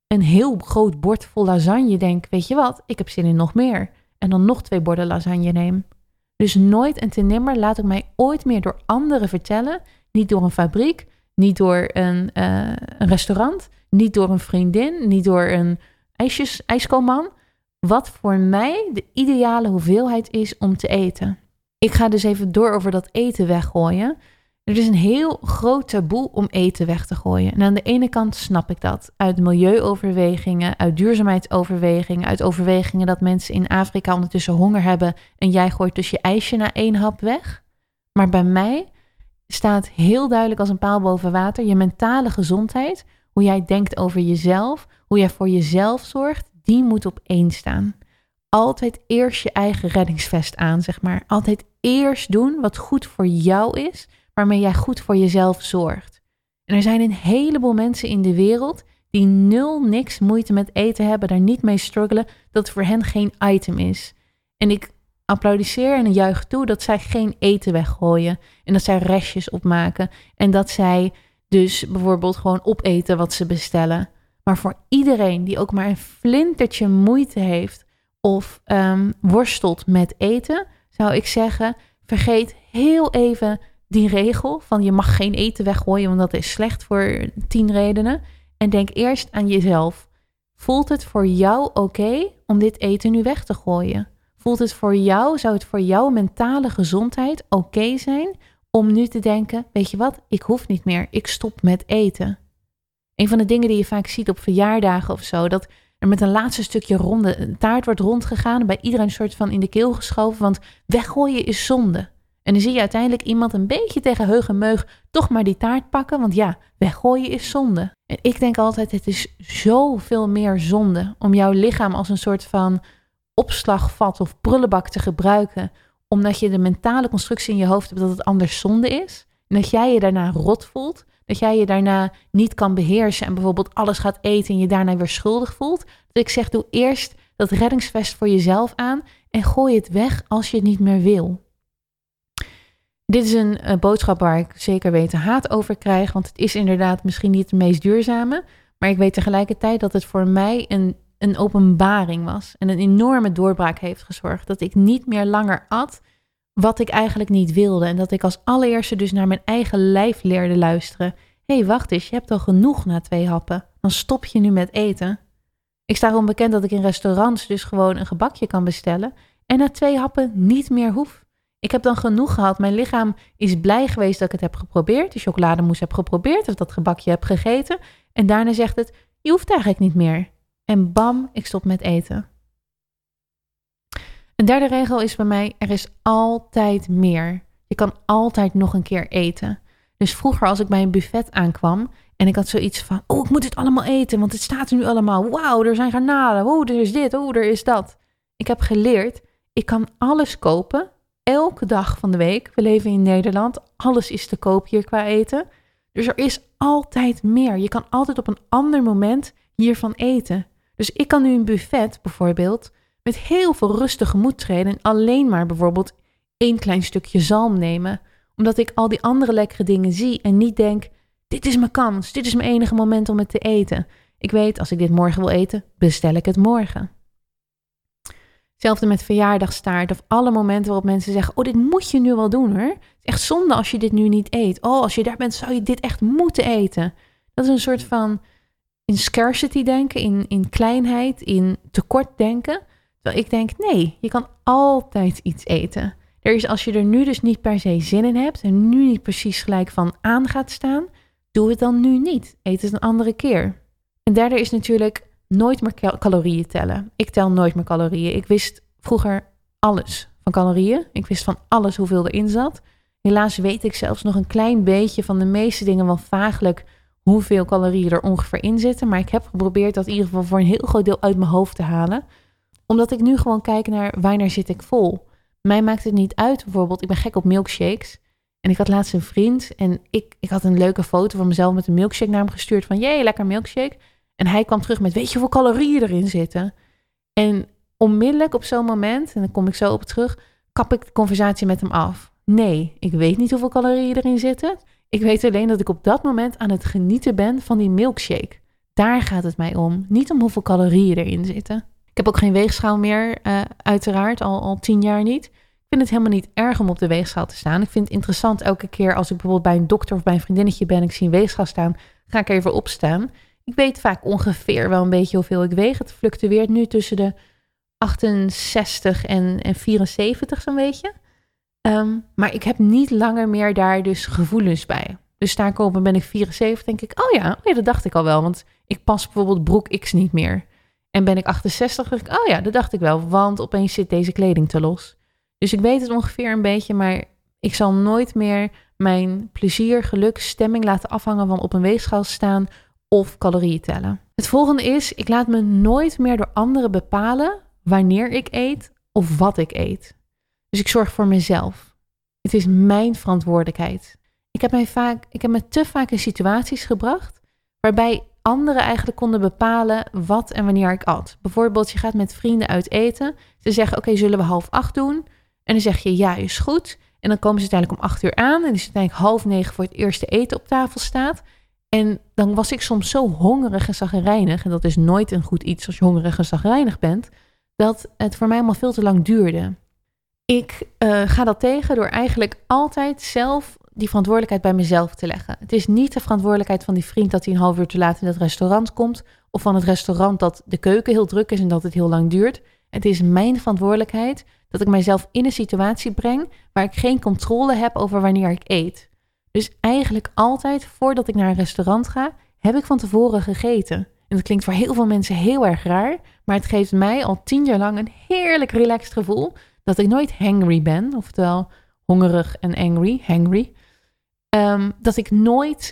een heel groot bord vol lasagne denk, weet je wat, ik heb zin in nog meer. En dan nog 2 borden lasagne neem. Dus nooit en ten nimmer laat ik mij ooit meer door anderen vertellen, niet door een fabriek, niet door een restaurant, niet door een vriendin, niet door een ijskoopman, wat voor mij de ideale hoeveelheid is om te eten. Ik ga dus even door over dat eten weggooien. Er is een heel groot taboe om eten weg te gooien. En aan de ene kant snap ik dat. Uit milieuoverwegingen, uit duurzaamheidsoverwegingen, uit overwegingen dat mensen in Afrika ondertussen honger hebben en jij gooit dus je ijsje na 1 hap weg. Maar bij mij staat heel duidelijk als een paal boven water je mentale gezondheid, hoe jij denkt over jezelf, hoe jij voor jezelf zorgt, die moet op 1 staan. Altijd eerst je eigen reddingsvest aan, zeg maar. Altijd eerst doen wat goed voor jou is, waarmee jij goed voor jezelf zorgt. En er zijn een heleboel mensen in de wereld die niks moeite met eten hebben, daar niet mee struggelen, dat het voor hen geen item is. En ik applaudisseer en juich toe dat zij geen eten weggooien en dat zij restjes opmaken en dat zij dus bijvoorbeeld gewoon opeten wat ze bestellen. Maar voor iedereen die ook maar een flintertje moeite heeft of worstelt met eten, zou ik zeggen, vergeet heel even die regel van je mag geen eten weggooien, want dat is slecht voor 10 redenen. En denk eerst aan jezelf. Voelt het voor jou oké om dit eten nu weg te gooien? Voelt het voor jou, zou het voor jouw mentale gezondheid oké zijn om nu te denken, weet je wat, ik hoef niet meer, ik stop met eten. Een van de dingen die je vaak ziet op verjaardagen of zo, dat er met een laatste stukje ronde taart wordt rondgegaan, bij iedereen een soort van in de keel geschoven, want weggooien is zonde. En dan zie je uiteindelijk iemand een beetje tegen heug en meug toch maar die taart pakken, want ja, weggooien is zonde. En ik denk altijd, het is zoveel meer zonde om jouw lichaam als een soort van opslagvat of prullenbak te gebruiken, omdat je de mentale constructie in je hoofd hebt dat het anders zonde is. En dat jij je daarna rot voelt, dat jij je daarna niet kan beheersen en bijvoorbeeld alles gaat eten en je daarna weer schuldig voelt. Dat ik zeg, doe eerst dat reddingsvest voor jezelf aan en gooi het weg als je het niet meer wil. Dit is een boodschap waar ik zeker weten haat over krijg, want het is inderdaad misschien niet het meest duurzame, maar ik weet tegelijkertijd dat het voor mij een openbaring was en een enorme doorbraak heeft gezorgd. Dat ik niet meer langer at wat ik eigenlijk niet wilde en dat ik als allereerste dus naar mijn eigen lijf leerde luisteren. Hé, wacht eens, je hebt al genoeg na 2 happen, dan stop je nu met eten. Ik sta erom bekend dat ik in restaurants dus gewoon een gebakje kan bestellen en na 2 happen niet meer hoef. Ik heb dan genoeg gehad. Mijn lichaam is blij geweest dat ik het heb geprobeerd. De chocolademousse heb geprobeerd of dat gebakje heb gegeten. En daarna zegt het, je hoeft eigenlijk niet meer. En bam, ik stop met eten. Een derde regel is bij mij, er is altijd meer. Je kan altijd nog een keer eten. Dus vroeger als ik bij een buffet aankwam en ik had zoiets van, oh, ik moet dit allemaal eten, want het staat er nu allemaal. Wauw, er zijn garnalen. Oh, er is dit. Oh, er is dat. Ik heb geleerd, ik kan alles kopen. Elke dag van de week. We leven in Nederland. Alles is te koop hier qua eten. Dus er is altijd meer. Je kan altijd op een ander moment hiervan eten. Dus ik kan nu een buffet bijvoorbeeld met heel veel rustig gemoed treden en alleen maar bijvoorbeeld 1 klein stukje zalm nemen. Omdat ik al die andere lekkere dingen zie en niet denk, dit is mijn kans. Dit is mijn enige moment om het te eten. Ik weet, als ik dit morgen wil eten, bestel ik het morgen. Hetzelfde met verjaardagstaart of alle momenten waarop mensen zeggen, oh, dit moet je nu wel doen hoor. Het is echt zonde als je dit nu niet eet. Oh, als je daar bent, zou je dit echt moeten eten. Dat is een soort van in scarcity denken, in kleinheid, in tekort denken. Terwijl ik denk, nee, je kan altijd iets eten. Er is, als je er nu dus niet per se zin in hebt en nu niet precies gelijk van aan gaat staan, doe het dan nu niet. Eet het een andere keer. En derde is natuurlijk nooit meer calorieën tellen. Ik tel nooit meer calorieën. Ik wist vroeger alles van calorieën. Ik wist van alles hoeveel erin zat. Helaas weet ik zelfs nog een klein beetje van de meeste dingen wel vaaglijk hoeveel calorieën er ongeveer in zitten. Maar ik heb geprobeerd dat in ieder geval voor een heel groot deel uit mijn hoofd te halen. Omdat ik nu gewoon kijk naar wanneer zit ik vol. Mij maakt het niet uit. Bijvoorbeeld, ik ben gek op milkshakes. En ik had laatst een vriend en ik had een leuke foto van mezelf met een milkshake naar hem gestuurd. Van, jee, lekker milkshake. En hij kwam terug met, weet je hoeveel calorieën erin zitten? En onmiddellijk op zo'n moment, en dan kom ik zo op terug, kap ik de conversatie met hem af. Nee, ik weet niet hoeveel calorieën erin zitten. Ik weet alleen dat ik op dat moment aan het genieten ben van die milkshake. Daar gaat het mij om. Niet om hoeveel calorieën erin zitten. Ik heb ook geen weegschaal meer, uiteraard, al 10 jaar niet. Ik vind het helemaal niet erg om op de weegschaal te staan. Ik vind het interessant elke keer als ik bijvoorbeeld bij een dokter of bij een vriendinnetje ben en ik zie een weegschaal staan, ga ik even opstaan. Ik weet vaak ongeveer wel een beetje hoeveel ik weeg. Het fluctueert nu tussen de 68 en 74 zo'n beetje. Maar ik heb niet langer meer daar dus gevoelens bij. Dus sta ik op en ben ik 74, denk ik, oh ja, dat dacht ik al wel. Want ik pas bijvoorbeeld broek X niet meer. En ben ik 68, denk ik, oh ja, dat dacht ik wel. Want opeens zit deze kleding te los. Dus ik weet het ongeveer een beetje, maar ik zal nooit meer mijn plezier, geluk, stemming laten afhangen van op een weegschaal staan of calorieën tellen. Het volgende is, ik laat me nooit meer door anderen bepalen wanneer ik eet of wat ik eet. Dus ik zorg voor mezelf. Het is mijn verantwoordelijkheid. Ik heb me te vaak in situaties gebracht waarbij anderen eigenlijk konden bepalen wat en wanneer ik at. Bijvoorbeeld, je gaat met vrienden uit eten. Ze zeggen, oké, zullen we 7:30 doen? En dan zeg je, ja, is goed. En dan komen ze uiteindelijk om 8:00 aan. En is het uiteindelijk 8:30 voor het eerste eten op tafel staat. En dan was ik soms zo hongerig en chagrijnig. En dat is nooit een goed iets als je hongerig en chagrijnig bent. Dat het voor mij allemaal veel te lang duurde. Ik ga dat tegen door eigenlijk altijd zelf die verantwoordelijkheid bij mezelf te leggen. Het is niet de verantwoordelijkheid van die vriend dat hij een half uur te laat in het restaurant komt. Of van het restaurant dat de keuken heel druk is en dat het heel lang duurt. Het is mijn verantwoordelijkheid dat ik mijzelf in een situatie breng waar ik geen controle heb over wanneer ik eet. Dus eigenlijk altijd voordat ik naar een restaurant ga, heb ik van tevoren gegeten. En dat klinkt voor heel veel mensen heel erg raar, maar het geeft mij al 10 jaar lang een heerlijk relaxed gevoel dat ik nooit hangry ben, oftewel hongerig en hangry. Dat ik nooit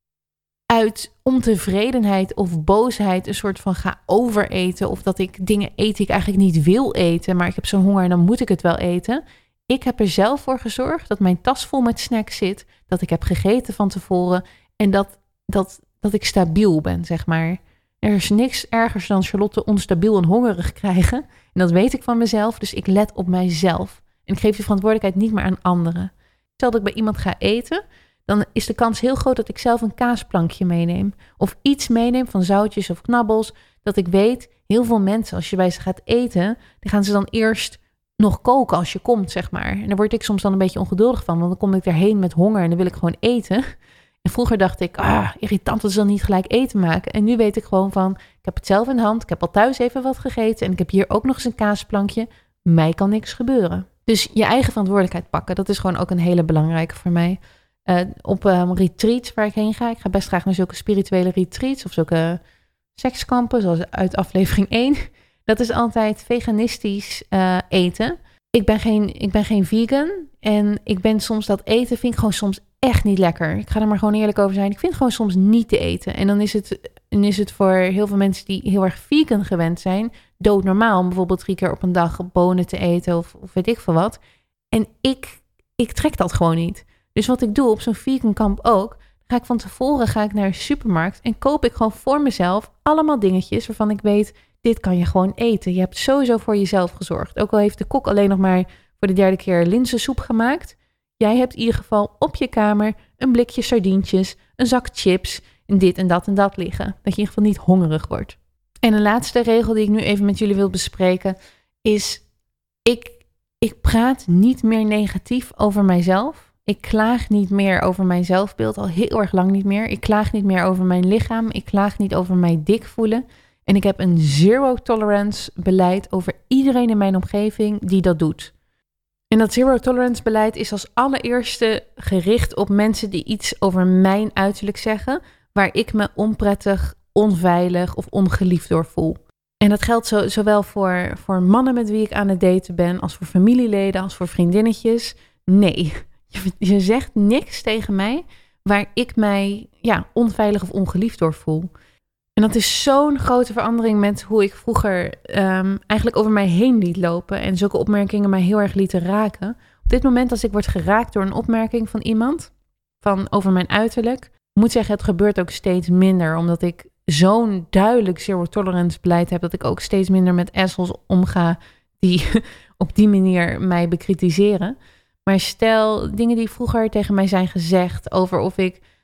uit ontevredenheid of boosheid een soort van ga overeten. Of dat ik dingen eet die ik eigenlijk niet wil eten. Maar ik heb zo'n honger en dan moet ik het wel eten. Ik heb er zelf voor gezorgd dat mijn tas vol met snacks zit. Dat ik heb gegeten van tevoren. En dat ik stabiel ben, zeg maar. Er is niks ergers dan Charlotte onstabiel en hongerig krijgen. En dat weet ik van mezelf. Dus ik let op mijzelf. En ik geef die verantwoordelijkheid niet meer aan anderen. Stel dat ik bij iemand ga eten, dan is de kans heel groot dat ik zelf een kaasplankje meeneem. Of iets meeneem van zoutjes of knabbels. Dat ik weet, heel veel mensen, als je bij ze gaat eten, die gaan ze dan eerst nog koken als je komt, zeg maar. En daar word ik soms dan een beetje ongeduldig van, want dan kom ik erheen met honger en dan wil ik gewoon eten. En vroeger dacht ik, irritant dat ze dan niet gelijk eten maken. En nu weet ik gewoon van, ik heb het zelf in de hand, ik heb al thuis even wat gegeten en ik heb hier ook nog eens een kaasplankje. Mij kan niks gebeuren. Dus je eigen verantwoordelijkheid pakken, dat is gewoon ook een hele belangrijke voor mij. Op retreats waar ik heen ga. Ik ga best graag naar zulke spirituele retreats of zulke sekskampen, zoals uit aflevering 1. Dat is altijd veganistisch eten. Ik ben geen vegan en ik ben soms dat eten vind ik gewoon soms echt niet lekker. Ik ga er maar gewoon eerlijk over zijn. Ik vind het gewoon soms niet te eten. En dan is het voor heel veel mensen die heel erg vegan gewend zijn doodnormaal om bijvoorbeeld 3 keer op een dag bonen te eten of weet ik veel wat. En ik trek dat gewoon niet. Dus wat ik doe op zo'n vegan kamp ook, ga ik van tevoren naar een supermarkt en koop ik gewoon voor mezelf allemaal dingetjes waarvan ik weet, dit kan je gewoon eten. Je hebt sowieso voor jezelf gezorgd. Ook al heeft de kok alleen nog maar voor de 3e keer linzensoep gemaakt. Jij hebt in ieder geval op je kamer een blikje sardientjes, een zak chips en dit en dat liggen. Dat je in ieder geval niet hongerig wordt. En een laatste regel die ik nu even met jullie wil bespreken is, ik praat niet meer negatief over mijzelf. Ik klaag niet meer over mijn zelfbeeld, al heel erg lang niet meer. Ik klaag niet meer over mijn lichaam. Ik klaag niet over mij dik voelen. En ik heb een zero tolerance beleid over iedereen in mijn omgeving die dat doet. En dat zero tolerance beleid is als allereerste gericht op mensen die iets over mijn uiterlijk zeggen, waar ik me onprettig, onveilig of ongeliefd door voel. En dat geldt zowel voor mannen met wie ik aan het daten ben, als voor familieleden, als voor vriendinnetjes. Nee, je zegt niks tegen mij waar ik mij onveilig of ongeliefd door voel. En dat is zo'n grote verandering met hoe ik vroeger eigenlijk over mij heen liet lopen en zulke opmerkingen mij heel erg lieten raken. Op dit moment, als ik word geraakt door een opmerking van iemand over mijn uiterlijk, moet zeggen, het gebeurt ook steeds minder, omdat ik zo'n duidelijk zero tolerance beleid heb, dat ik ook steeds minder met assholes omga die op die manier mij bekritiseren. Maar stel, dingen die vroeger tegen mij zijn gezegd over of ik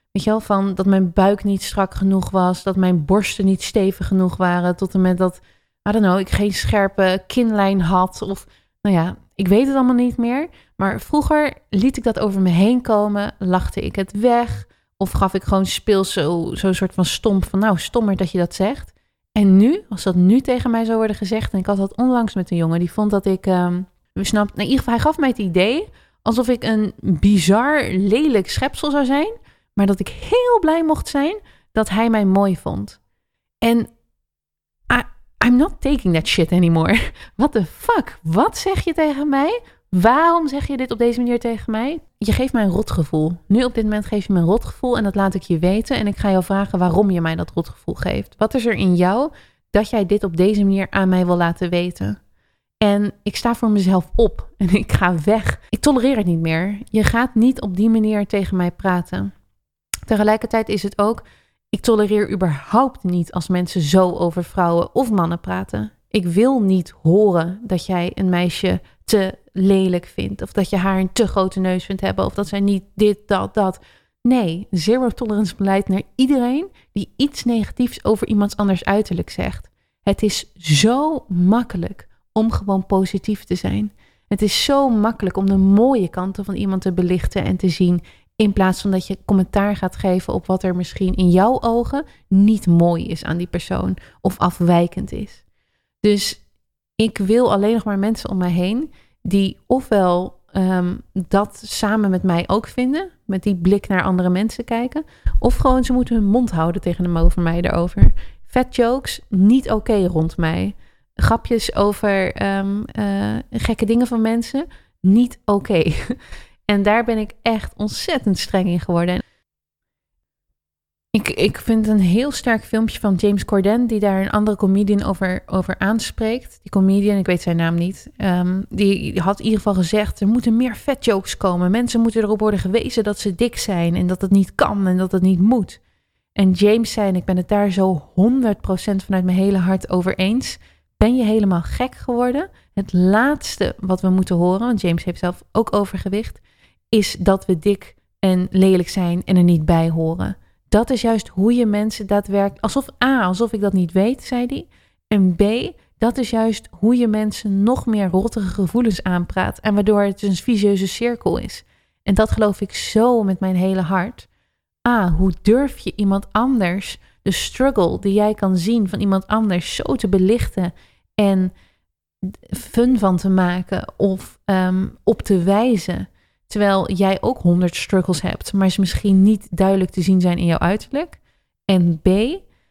Weet je wel, van dat mijn buik niet strak genoeg was, dat mijn borsten niet stevig genoeg waren, tot en met dat, I don't know, ik geen scherpe kinlijn had. Of, nou ja, ik weet het allemaal niet meer. Maar vroeger liet ik dat over me heen komen, lachte ik het weg. Of gaf ik gewoon speels zo'n soort van stomp van, nou, stommer dat je dat zegt. En nu, als dat nu tegen mij zou worden gezegd, en ik had dat onlangs met een jongen, die vond dat ik, in ieder geval, hij gaf mij het idee alsof ik een bizar, lelijk schepsel zou zijn, maar dat ik heel blij mocht zijn dat hij mij mooi vond. En I'm not taking that shit anymore. What the fuck? Wat zeg je tegen mij? Waarom zeg je dit op deze manier tegen mij? Je geeft mij een rotgevoel. Nu op dit moment geef je me een rotgevoel en dat laat ik je weten. En ik ga jou vragen waarom je mij dat rotgevoel geeft. Wat is er in jou dat jij dit op deze manier aan mij wil laten weten? En ik sta voor mezelf op en ik ga weg. Ik tolereer het niet meer. Je gaat niet op die manier tegen mij praten. Tegelijkertijd is het ook, ik tolereer überhaupt niet als mensen zo over vrouwen of mannen praten. Ik wil niet horen dat jij een meisje te lelijk vindt. Of dat je haar een te grote neus vindt hebben. Of dat zij niet dit, dat. Nee, zero tolerance beleid naar iedereen die iets negatiefs over iemands anders uiterlijk zegt. Het is zo makkelijk om gewoon positief te zijn. Het is zo makkelijk om de mooie kanten van iemand te belichten en te zien, in plaats van dat je commentaar gaat geven op wat er misschien in jouw ogen niet mooi is aan die persoon of afwijkend is. Dus ik wil alleen nog maar mensen om mij heen die ofwel dat samen met mij ook vinden, met die blik naar andere mensen kijken, of gewoon ze moeten hun mond houden tegenover mij daarover. Fat jokes, niet oké rond mij. Grapjes over gekke dingen van mensen, niet oké. En daar ben ik echt ontzettend streng in geworden. Ik vind een heel sterk filmpje van James Corden, die daar een andere comedian over aanspreekt. Die comedian, ik weet zijn naam niet, die had in ieder geval gezegd, er moeten meer fat jokes komen. Mensen moeten erop worden gewezen dat ze dik zijn en dat het niet kan en dat het niet moet. En James zei, en ik ben het daar zo 100% vanuit mijn hele hart over eens, ben je helemaal gek geworden? Het laatste wat we moeten horen, want James heeft zelf ook overgewicht, is dat we dik en lelijk zijn en er niet bij horen. Dat is juist hoe je mensen daadwerkelijk, alsof ik dat niet weet, zei hij. En B, dat is juist hoe je mensen nog meer rottige gevoelens aanpraat. En waardoor het een vicieuze cirkel is. En dat geloof ik zo met mijn hele hart. Hoe durf je iemand anders, de struggle die jij kan zien van iemand anders, zo te belichten en fun van te maken of op te wijzen. Terwijl jij ook 100 struggles hebt, maar ze misschien niet duidelijk te zien zijn in jouw uiterlijk. En B,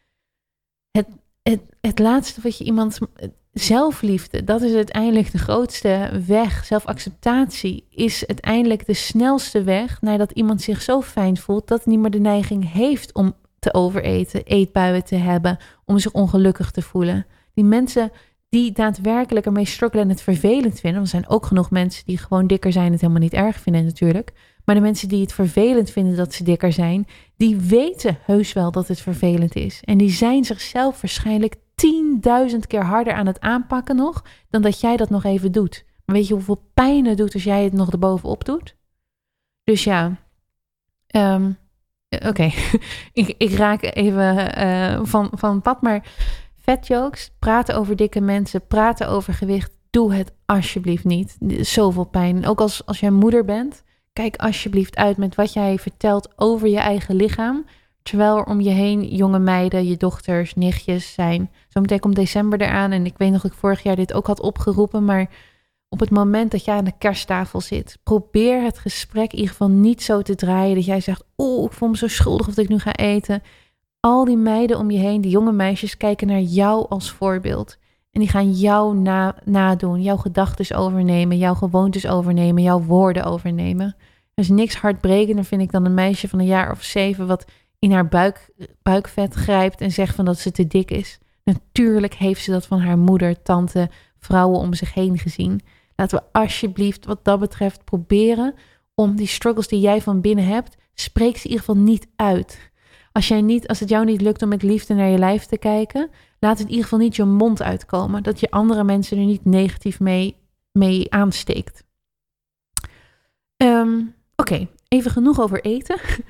het laatste wat je iemand, zelfliefde, dat is uiteindelijk de grootste weg. Zelfacceptatie is uiteindelijk de snelste weg nadat iemand zich zo fijn voelt dat hij niet meer de neiging heeft om te overeten, eetbuien te hebben, om zich ongelukkig te voelen. Die mensen die daadwerkelijk ermee struggelen en het vervelend vinden. Want er zijn ook genoeg mensen die gewoon dikker zijn en het helemaal niet erg vinden natuurlijk. Maar de mensen die het vervelend vinden dat ze dikker zijn, die weten heus wel dat het vervelend is. En die zijn zichzelf waarschijnlijk 10.000 keer harder aan het aanpakken nog, dan dat jij dat nog even doet. Maar weet je hoeveel pijn het doet als jij het nog erbovenop doet? Dus ja, oké. ik raak even van pad, maar fat jokes, praten over dikke mensen, praten over gewicht, doe het alsjeblieft niet. Zoveel pijn. Ook als jij moeder bent, kijk alsjeblieft uit met wat jij vertelt over je eigen lichaam. Terwijl er om je heen jonge meiden, je dochters, nichtjes zijn. Zometeen komt december eraan en ik weet nog dat ik vorig jaar dit ook had opgeroepen. Maar op het moment dat jij aan de kersttafel zit, probeer het gesprek in ieder geval niet zo te draaien dat jij zegt, ik voel me zo schuldig of dat ik nu ga eten. Al die meiden om je heen, die jonge meisjes, kijken naar jou als voorbeeld. En die gaan jou nadoen, jouw gedachten overnemen, jouw gewoontes overnemen, jouw woorden overnemen. Er is niks hartbrekender, vind ik, dan een meisje van een jaar of 7... wat in haar buikvet grijpt en zegt van dat ze te dik is. Natuurlijk heeft ze dat van haar moeder, tante, vrouwen om zich heen gezien. Laten we alsjeblieft wat dat betreft proberen om die struggles die jij van binnen hebt, spreek ze in ieder geval niet uit. Als het jou niet lukt om met liefde naar je lijf te kijken, laat het in ieder geval niet je mond uitkomen. Dat je andere mensen er niet negatief mee aansteekt. Oké, even genoeg over eten.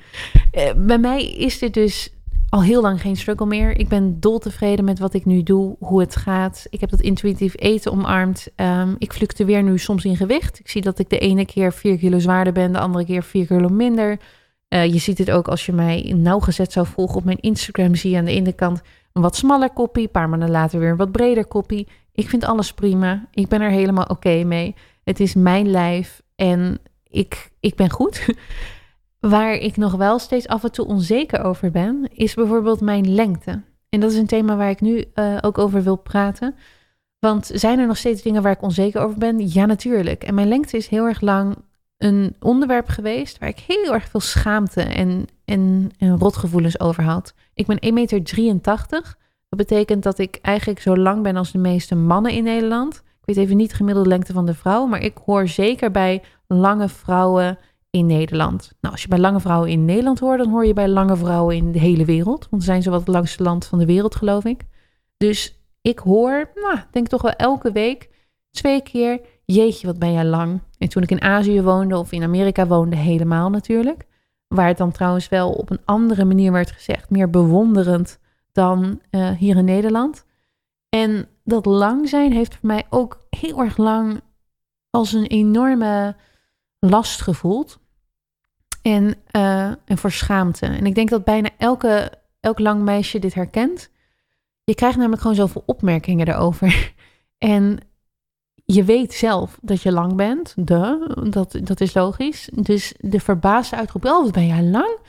Bij mij is dit dus al heel lang geen struggle meer. Ik ben doltevreden met wat ik nu doe, hoe het gaat. Ik heb dat intuïtief eten omarmd. Ik fluctueer nu soms in gewicht. Ik zie dat ik de ene keer 4 kilo zwaarder ben, de andere keer 4 kilo minder. Je ziet het ook als je mij nauwgezet zou volgen op mijn Instagram. Zie je aan de ene kant een wat smaller koppie, een paar maanden later weer een wat breder koppie. Ik vind alles prima. Ik ben er helemaal oké mee. Het is mijn lijf en ik ben goed. Waar ik nog wel steeds af en toe onzeker over ben, is bijvoorbeeld mijn lengte. En dat is een thema waar ik nu ook over wil praten. Want zijn er nog steeds dingen waar ik onzeker over ben? Ja, natuurlijk. En mijn lengte is heel erg lang een onderwerp geweest waar ik heel erg veel schaamte en rotgevoelens over had. Ik ben 1,83 meter. Dat betekent dat ik eigenlijk zo lang ben als de meeste mannen in Nederland. Ik weet even niet de gemiddelde lengte van de vrouw, maar ik hoor zeker bij lange vrouwen in Nederland. Nou, als je bij lange vrouwen in Nederland hoort, dan hoor je bij lange vrouwen in de hele wereld. Want we zijn zowat het langste land van de wereld, geloof ik. Dus ik hoor, denk toch wel elke week 2 keer, jeetje, wat ben jij lang. En toen ik in Azië woonde of in Amerika woonde, helemaal natuurlijk. Waar het dan trouwens wel op een andere manier werd gezegd, meer bewonderend dan hier in Nederland. En dat lang zijn heeft voor mij ook heel erg lang als een enorme last gevoeld. En voor schaamte. En ik denk dat bijna elk lang meisje dit herkent. Je krijgt namelijk gewoon zoveel opmerkingen daarover. En je weet zelf dat je lang bent. Dat is logisch. Dus de verbaasde uitroep, wat ben jij lang?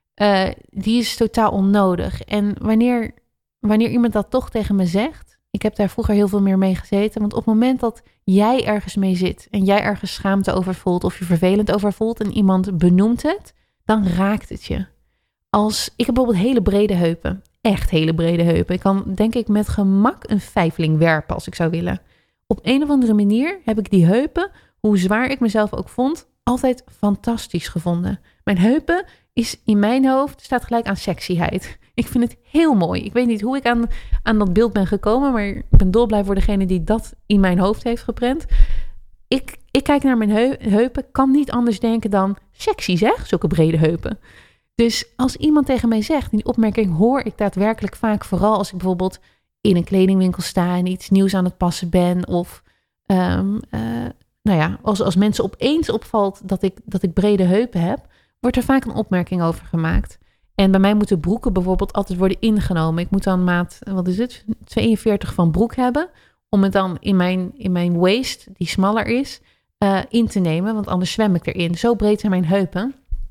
Die is totaal onnodig. En wanneer iemand dat toch tegen me zegt, ik heb daar vroeger heel veel meer mee gezeten, want op het moment dat jij ergens mee zit en jij ergens schaamte over voelt of je vervelend over voelt en iemand benoemt het, dan raakt het je. Ik heb bijvoorbeeld hele brede heupen, echt hele brede heupen. Ik kan denk ik met gemak een vijfling werpen als ik zou willen. Op een of andere manier heb ik die heupen, hoe zwaar ik mezelf ook vond, altijd fantastisch gevonden. Mijn heupen is in mijn hoofd, staat gelijk aan sexyheid. Ik vind het heel mooi. Ik weet niet hoe ik aan dat beeld ben gekomen, maar ik ben dolblij voor degene die dat in mijn hoofd heeft geprent. Ik kijk naar mijn heupen, kan niet anders denken dan sexy zeg, zulke brede heupen. Dus als iemand tegen mij zegt, die opmerking hoor ik daadwerkelijk vaak, vooral als ik bijvoorbeeld in een kledingwinkel sta en iets nieuws aan het passen ben of als mensen opeens opvalt dat ik brede heupen heb, wordt er vaak een opmerking over gemaakt. En bij mij moeten broeken bijvoorbeeld altijd worden ingenomen. Ik moet dan maat, 42 van broek hebben, om het dan in mijn waist, die smaller is, in te nemen, want anders zwem ik erin. Zo breed zijn mijn heupen.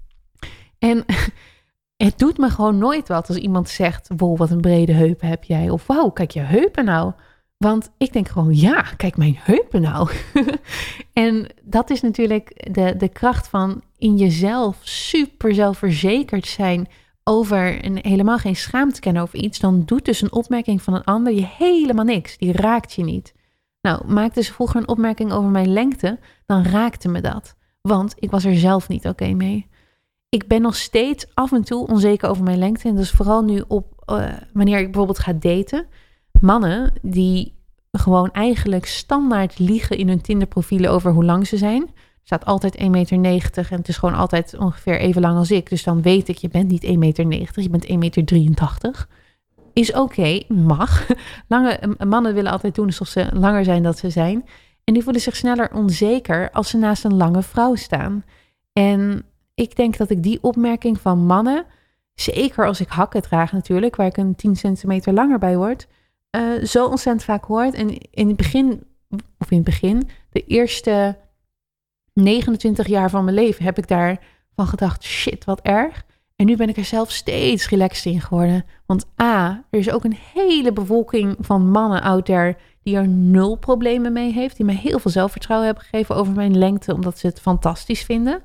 En het doet me gewoon nooit wat als iemand zegt, wow, wat een brede heupen heb jij. Of wauw, kijk je heupen nou. Want ik denk gewoon, ja, kijk mijn heupen nou. En dat is natuurlijk de kracht van in jezelf super zelfverzekerd zijn over en helemaal geen schaamte kennen over iets. Dan doet dus een opmerking van een ander je helemaal niks. Die raakt je niet. Nou, maakte ze vroeger een opmerking over mijn lengte, dan raakte me dat. Want ik was er zelf niet oké mee. Ik ben nog steeds af en toe onzeker over mijn lengte. En dus vooral nu wanneer ik bijvoorbeeld ga daten. Mannen die gewoon eigenlijk standaard liegen in hun Tinder-profielen over hoe lang ze zijn. Er staat altijd 1,90 meter en het is gewoon altijd ongeveer even lang als ik. Dus dan weet ik, je bent niet 1,90 meter, je bent 1,83 meter. Is oké, mag. Mannen willen altijd doen alsof ze langer zijn dan ze zijn. En die voelen zich sneller onzeker als ze naast een lange vrouw staan. En ik denk dat ik die opmerking van mannen, zeker als ik hakken draag natuurlijk, waar ik een 10 centimeter langer bij word, zo ontzettend vaak hoort. En in het begin, de eerste 29 jaar van mijn leven heb ik daarvan gedacht, shit, wat erg. En nu ben ik er zelf steeds relaxed in geworden. Want er is ook een hele bevolking van mannen out there die er 0 problemen mee heeft. Die mij heel veel zelfvertrouwen hebben gegeven over mijn lengte, omdat ze het fantastisch vinden.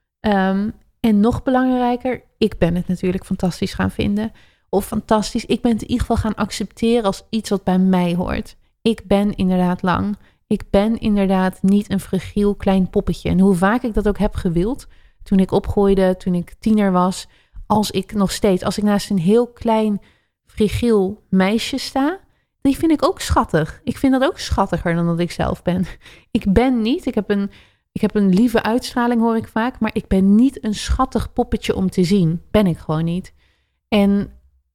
En nog belangrijker, ik ben het natuurlijk fantastisch gaan vinden. Of fantastisch, ik ben het in ieder geval gaan accepteren als iets wat bij mij hoort. Ik ben inderdaad lang. Ik ben inderdaad niet een fragiel klein poppetje. En hoe vaak ik dat ook heb gewild, toen ik opgroeide, toen ik tiener was, als ik naast een heel klein fragiel meisje sta, die vind ik ook schattig. Ik vind dat ook schattiger dan dat ik zelf ben. Ik heb Ik heb een lieve uitstraling, hoor ik vaak. Maar ik ben niet een schattig poppetje om te zien. Ben ik gewoon niet. En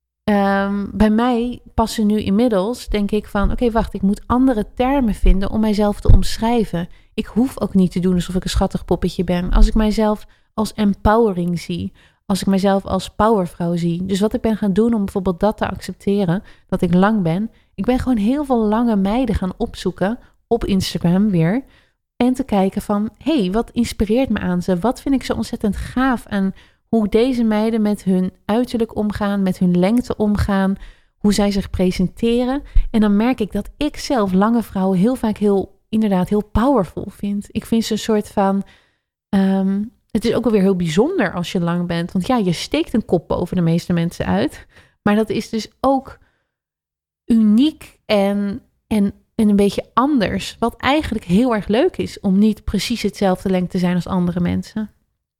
bij mij passen nu inmiddels, denk ik van... Oké, wacht, ik moet andere termen vinden om mijzelf te omschrijven. Ik hoef ook niet te doen alsof ik een schattig poppetje ben. Als ik mijzelf als empowering zie. Als ik mijzelf als powervrouw zie. Dus wat ik ben gaan doen om bijvoorbeeld dat te accepteren, dat ik lang ben. Ik ben gewoon heel veel lange meiden gaan opzoeken op Instagram weer. En te kijken van, hey, wat inspireert me aan ze? Wat vind ik zo ontzettend gaaf aan hoe deze meiden met hun uiterlijk omgaan, met hun lengte omgaan, hoe zij zich presenteren. En dan merk ik dat ik zelf lange vrouwen heel vaak inderdaad heel powerful vind. Ik vind ze een soort van... het is ook wel weer heel bijzonder als je lang bent. Want ja, je steekt een kop boven de meeste mensen uit. Maar dat is dus ook uniek en een beetje anders. Wat eigenlijk heel erg leuk is om niet precies hetzelfde lengte te zijn als andere mensen.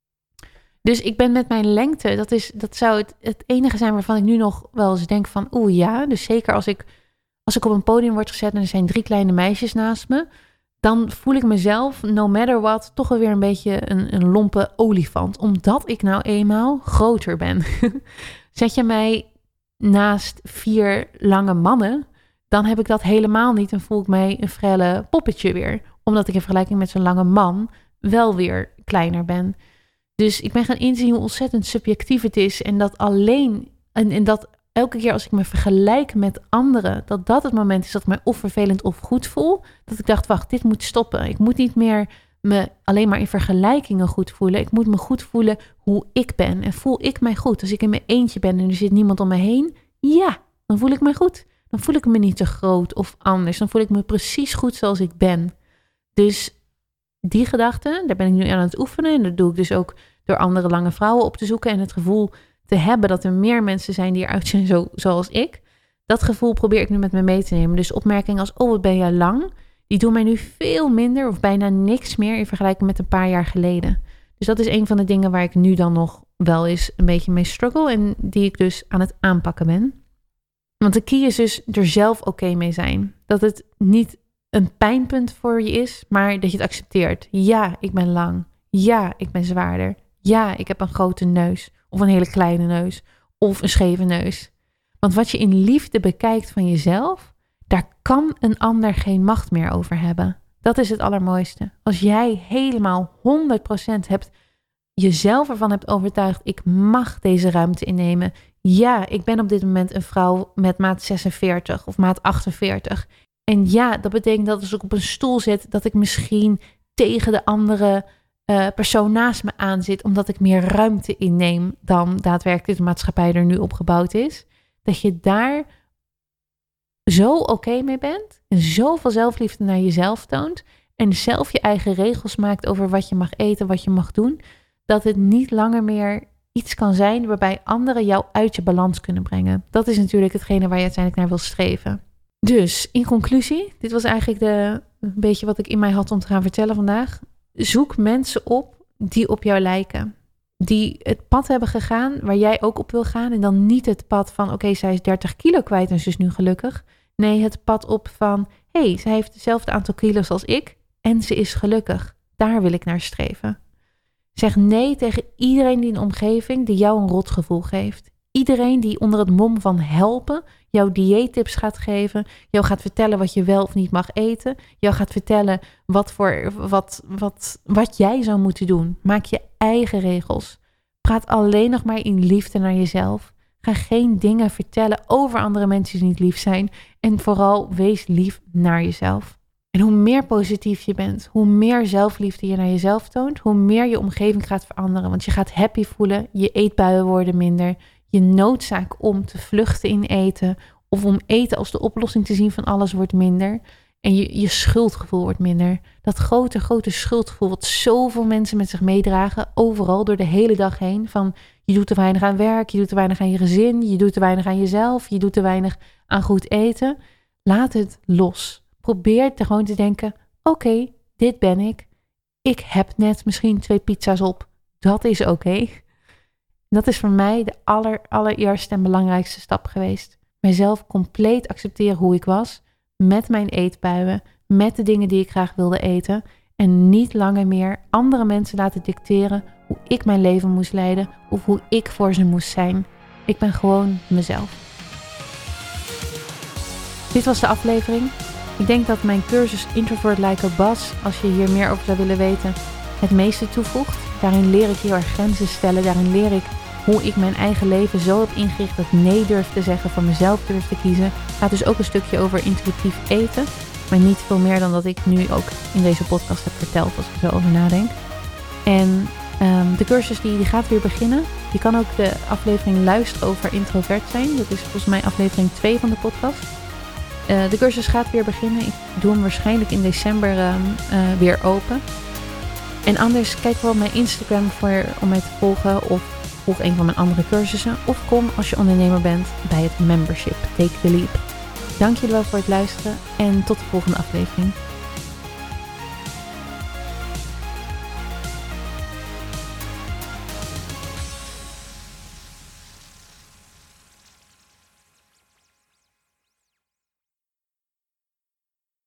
Dus ik ben met mijn lengte, dat zou het enige zijn waarvan ik nu nog wel eens denk van oeh ja. Dus zeker als ik op een podium word gezet en er zijn 3 kleine meisjes naast me, dan voel ik mezelf, no matter what, toch wel weer een beetje een lompe olifant. Omdat ik nou eenmaal groter ben. Zet je mij naast 4 lange mannen, dan heb ik dat helemaal niet en voel ik mij een frelle poppetje weer. Omdat ik in vergelijking met zo'n lange man wel weer kleiner ben. Dus ik ben gaan inzien hoe ontzettend subjectief het is. En dat alleen, en dat elke keer als ik me vergelijk met anderen, dat het moment is dat ik mij of vervelend of goed voel. Dat ik dacht, wacht, dit moet stoppen. Ik moet niet meer me alleen maar in vergelijkingen goed voelen. Ik moet me goed voelen hoe ik ben. En voel ik mij goed? Als ik in mijn eentje ben en er zit niemand om me heen, ja, dan voel ik mij goed. Dan voel ik me niet te groot of anders. Dan voel ik me precies goed zoals ik ben. Dus die gedachte, daar ben ik nu aan het oefenen. En dat doe ik dus ook door andere lange vrouwen op te zoeken. En het gevoel te hebben dat er meer mensen zijn die eruit zien zoals ik. Dat gevoel probeer ik nu met me mee te nemen. Dus opmerkingen als, oh wat ben jij lang? Die doen mij nu veel minder of bijna niks meer in vergelijking met een paar jaar geleden. Dus dat is een van de dingen waar ik nu dan nog wel eens een beetje mee struggle. En die ik dus aan het aanpakken ben. Want de key is dus er zelf oké mee zijn. Dat het niet een pijnpunt voor je is, maar dat je het accepteert. Ja, ik ben lang. Ja, ik ben zwaarder. Ja, ik heb een grote neus. Of een hele kleine neus. Of een scheve neus. Want wat je in liefde bekijkt van jezelf, daar kan een ander geen macht meer over hebben. Dat is het allermooiste. Als jij helemaal 100% jezelf ervan hebt overtuigd, ik mag deze ruimte innemen. Ja, ik ben op dit moment een vrouw met maat 46 of maat 48. En ja, dat betekent dat als ik op een stoel zit, dat ik misschien tegen de andere persoon naast me aan zit, omdat ik meer ruimte inneem dan daadwerkelijk de maatschappij er nu opgebouwd is. Dat je daar zo oké mee bent en zoveel zelfliefde naar jezelf toont en zelf je eigen regels maakt over wat je mag eten, wat je mag doen, dat het niet langer meer iets kan zijn waarbij anderen jou uit je balans kunnen brengen. Dat is natuurlijk hetgene waar je uiteindelijk naar wil streven. Dus in conclusie, dit was eigenlijk een beetje wat ik in mij had om te gaan vertellen vandaag. Zoek mensen op die op jou lijken. Die het pad hebben gegaan waar jij ook op wil gaan. En dan niet het pad van oké, zij is 30 kilo kwijt en ze is nu gelukkig. Nee, het pad op van zij heeft hetzelfde aantal kilo's als ik en ze is gelukkig. Daar wil ik naar streven. Zeg nee tegen iedereen die in de omgeving die jou een rotgevoel geeft. Iedereen die onder het mom van helpen jou dieettips gaat geven, jou gaat vertellen wat je wel of niet mag eten, jou gaat vertellen wat jij zou moeten doen. Maak je eigen regels. Praat alleen nog maar in liefde naar jezelf. Ga geen dingen vertellen over andere mensen die niet lief zijn. En vooral wees lief naar jezelf. En hoe meer positief je bent, hoe meer zelfliefde je naar jezelf toont, hoe meer je omgeving gaat veranderen. Want je gaat happy voelen, je eetbuien worden minder, je noodzaak om te vluchten in eten of om eten als de oplossing te zien van alles wordt minder. En je schuldgevoel wordt minder. Dat grote schuldgevoel wat zoveel mensen met zich meedragen, overal door de hele dag heen. Van je doet te weinig aan werk, je doet te weinig aan je gezin, je doet te weinig aan jezelf, je doet te weinig aan goed eten. Laat het los. Probeer gewoon te denken, oké, dit ben ik. Ik heb net misschien 2 pizza's op. Dat is oké. Dat is voor mij de allereerste en belangrijkste stap geweest. Mijzelf compleet accepteren hoe ik was. Met mijn eetbuien. Met de dingen die ik graag wilde eten. en niet langer meer andere mensen laten dicteren hoe ik mijn leven moest leiden of hoe ik voor ze moest zijn. Ik ben gewoon mezelf. Dit was de aflevering. Ik denk dat mijn cursus Introvert Like a Boss, als je hier meer over zou willen weten, het meeste toevoegt. Daarin leer ik heel erg grenzen stellen. Daarin leer ik hoe ik mijn eigen leven zo heb ingericht dat ik nee durf te zeggen, van mezelf durf te kiezen. Het gaat dus ook een stukje over intuïtief eten. Maar niet veel meer dan dat ik nu ook in deze podcast heb verteld als ik er zo over nadenk. En de cursus die gaat weer beginnen. Je kan ook de aflevering luisteren over introvert zijn. Dat is volgens mij aflevering 2 van de podcast. De cursus gaat weer beginnen. Ik doe hem waarschijnlijk in december weer open. En anders kijk wel op mijn Instagram om mij te volgen. Of volg een van mijn andere cursussen. Of kom als je ondernemer bent bij het membership Take the Leap. Dank jullie wel voor het luisteren en tot de volgende aflevering.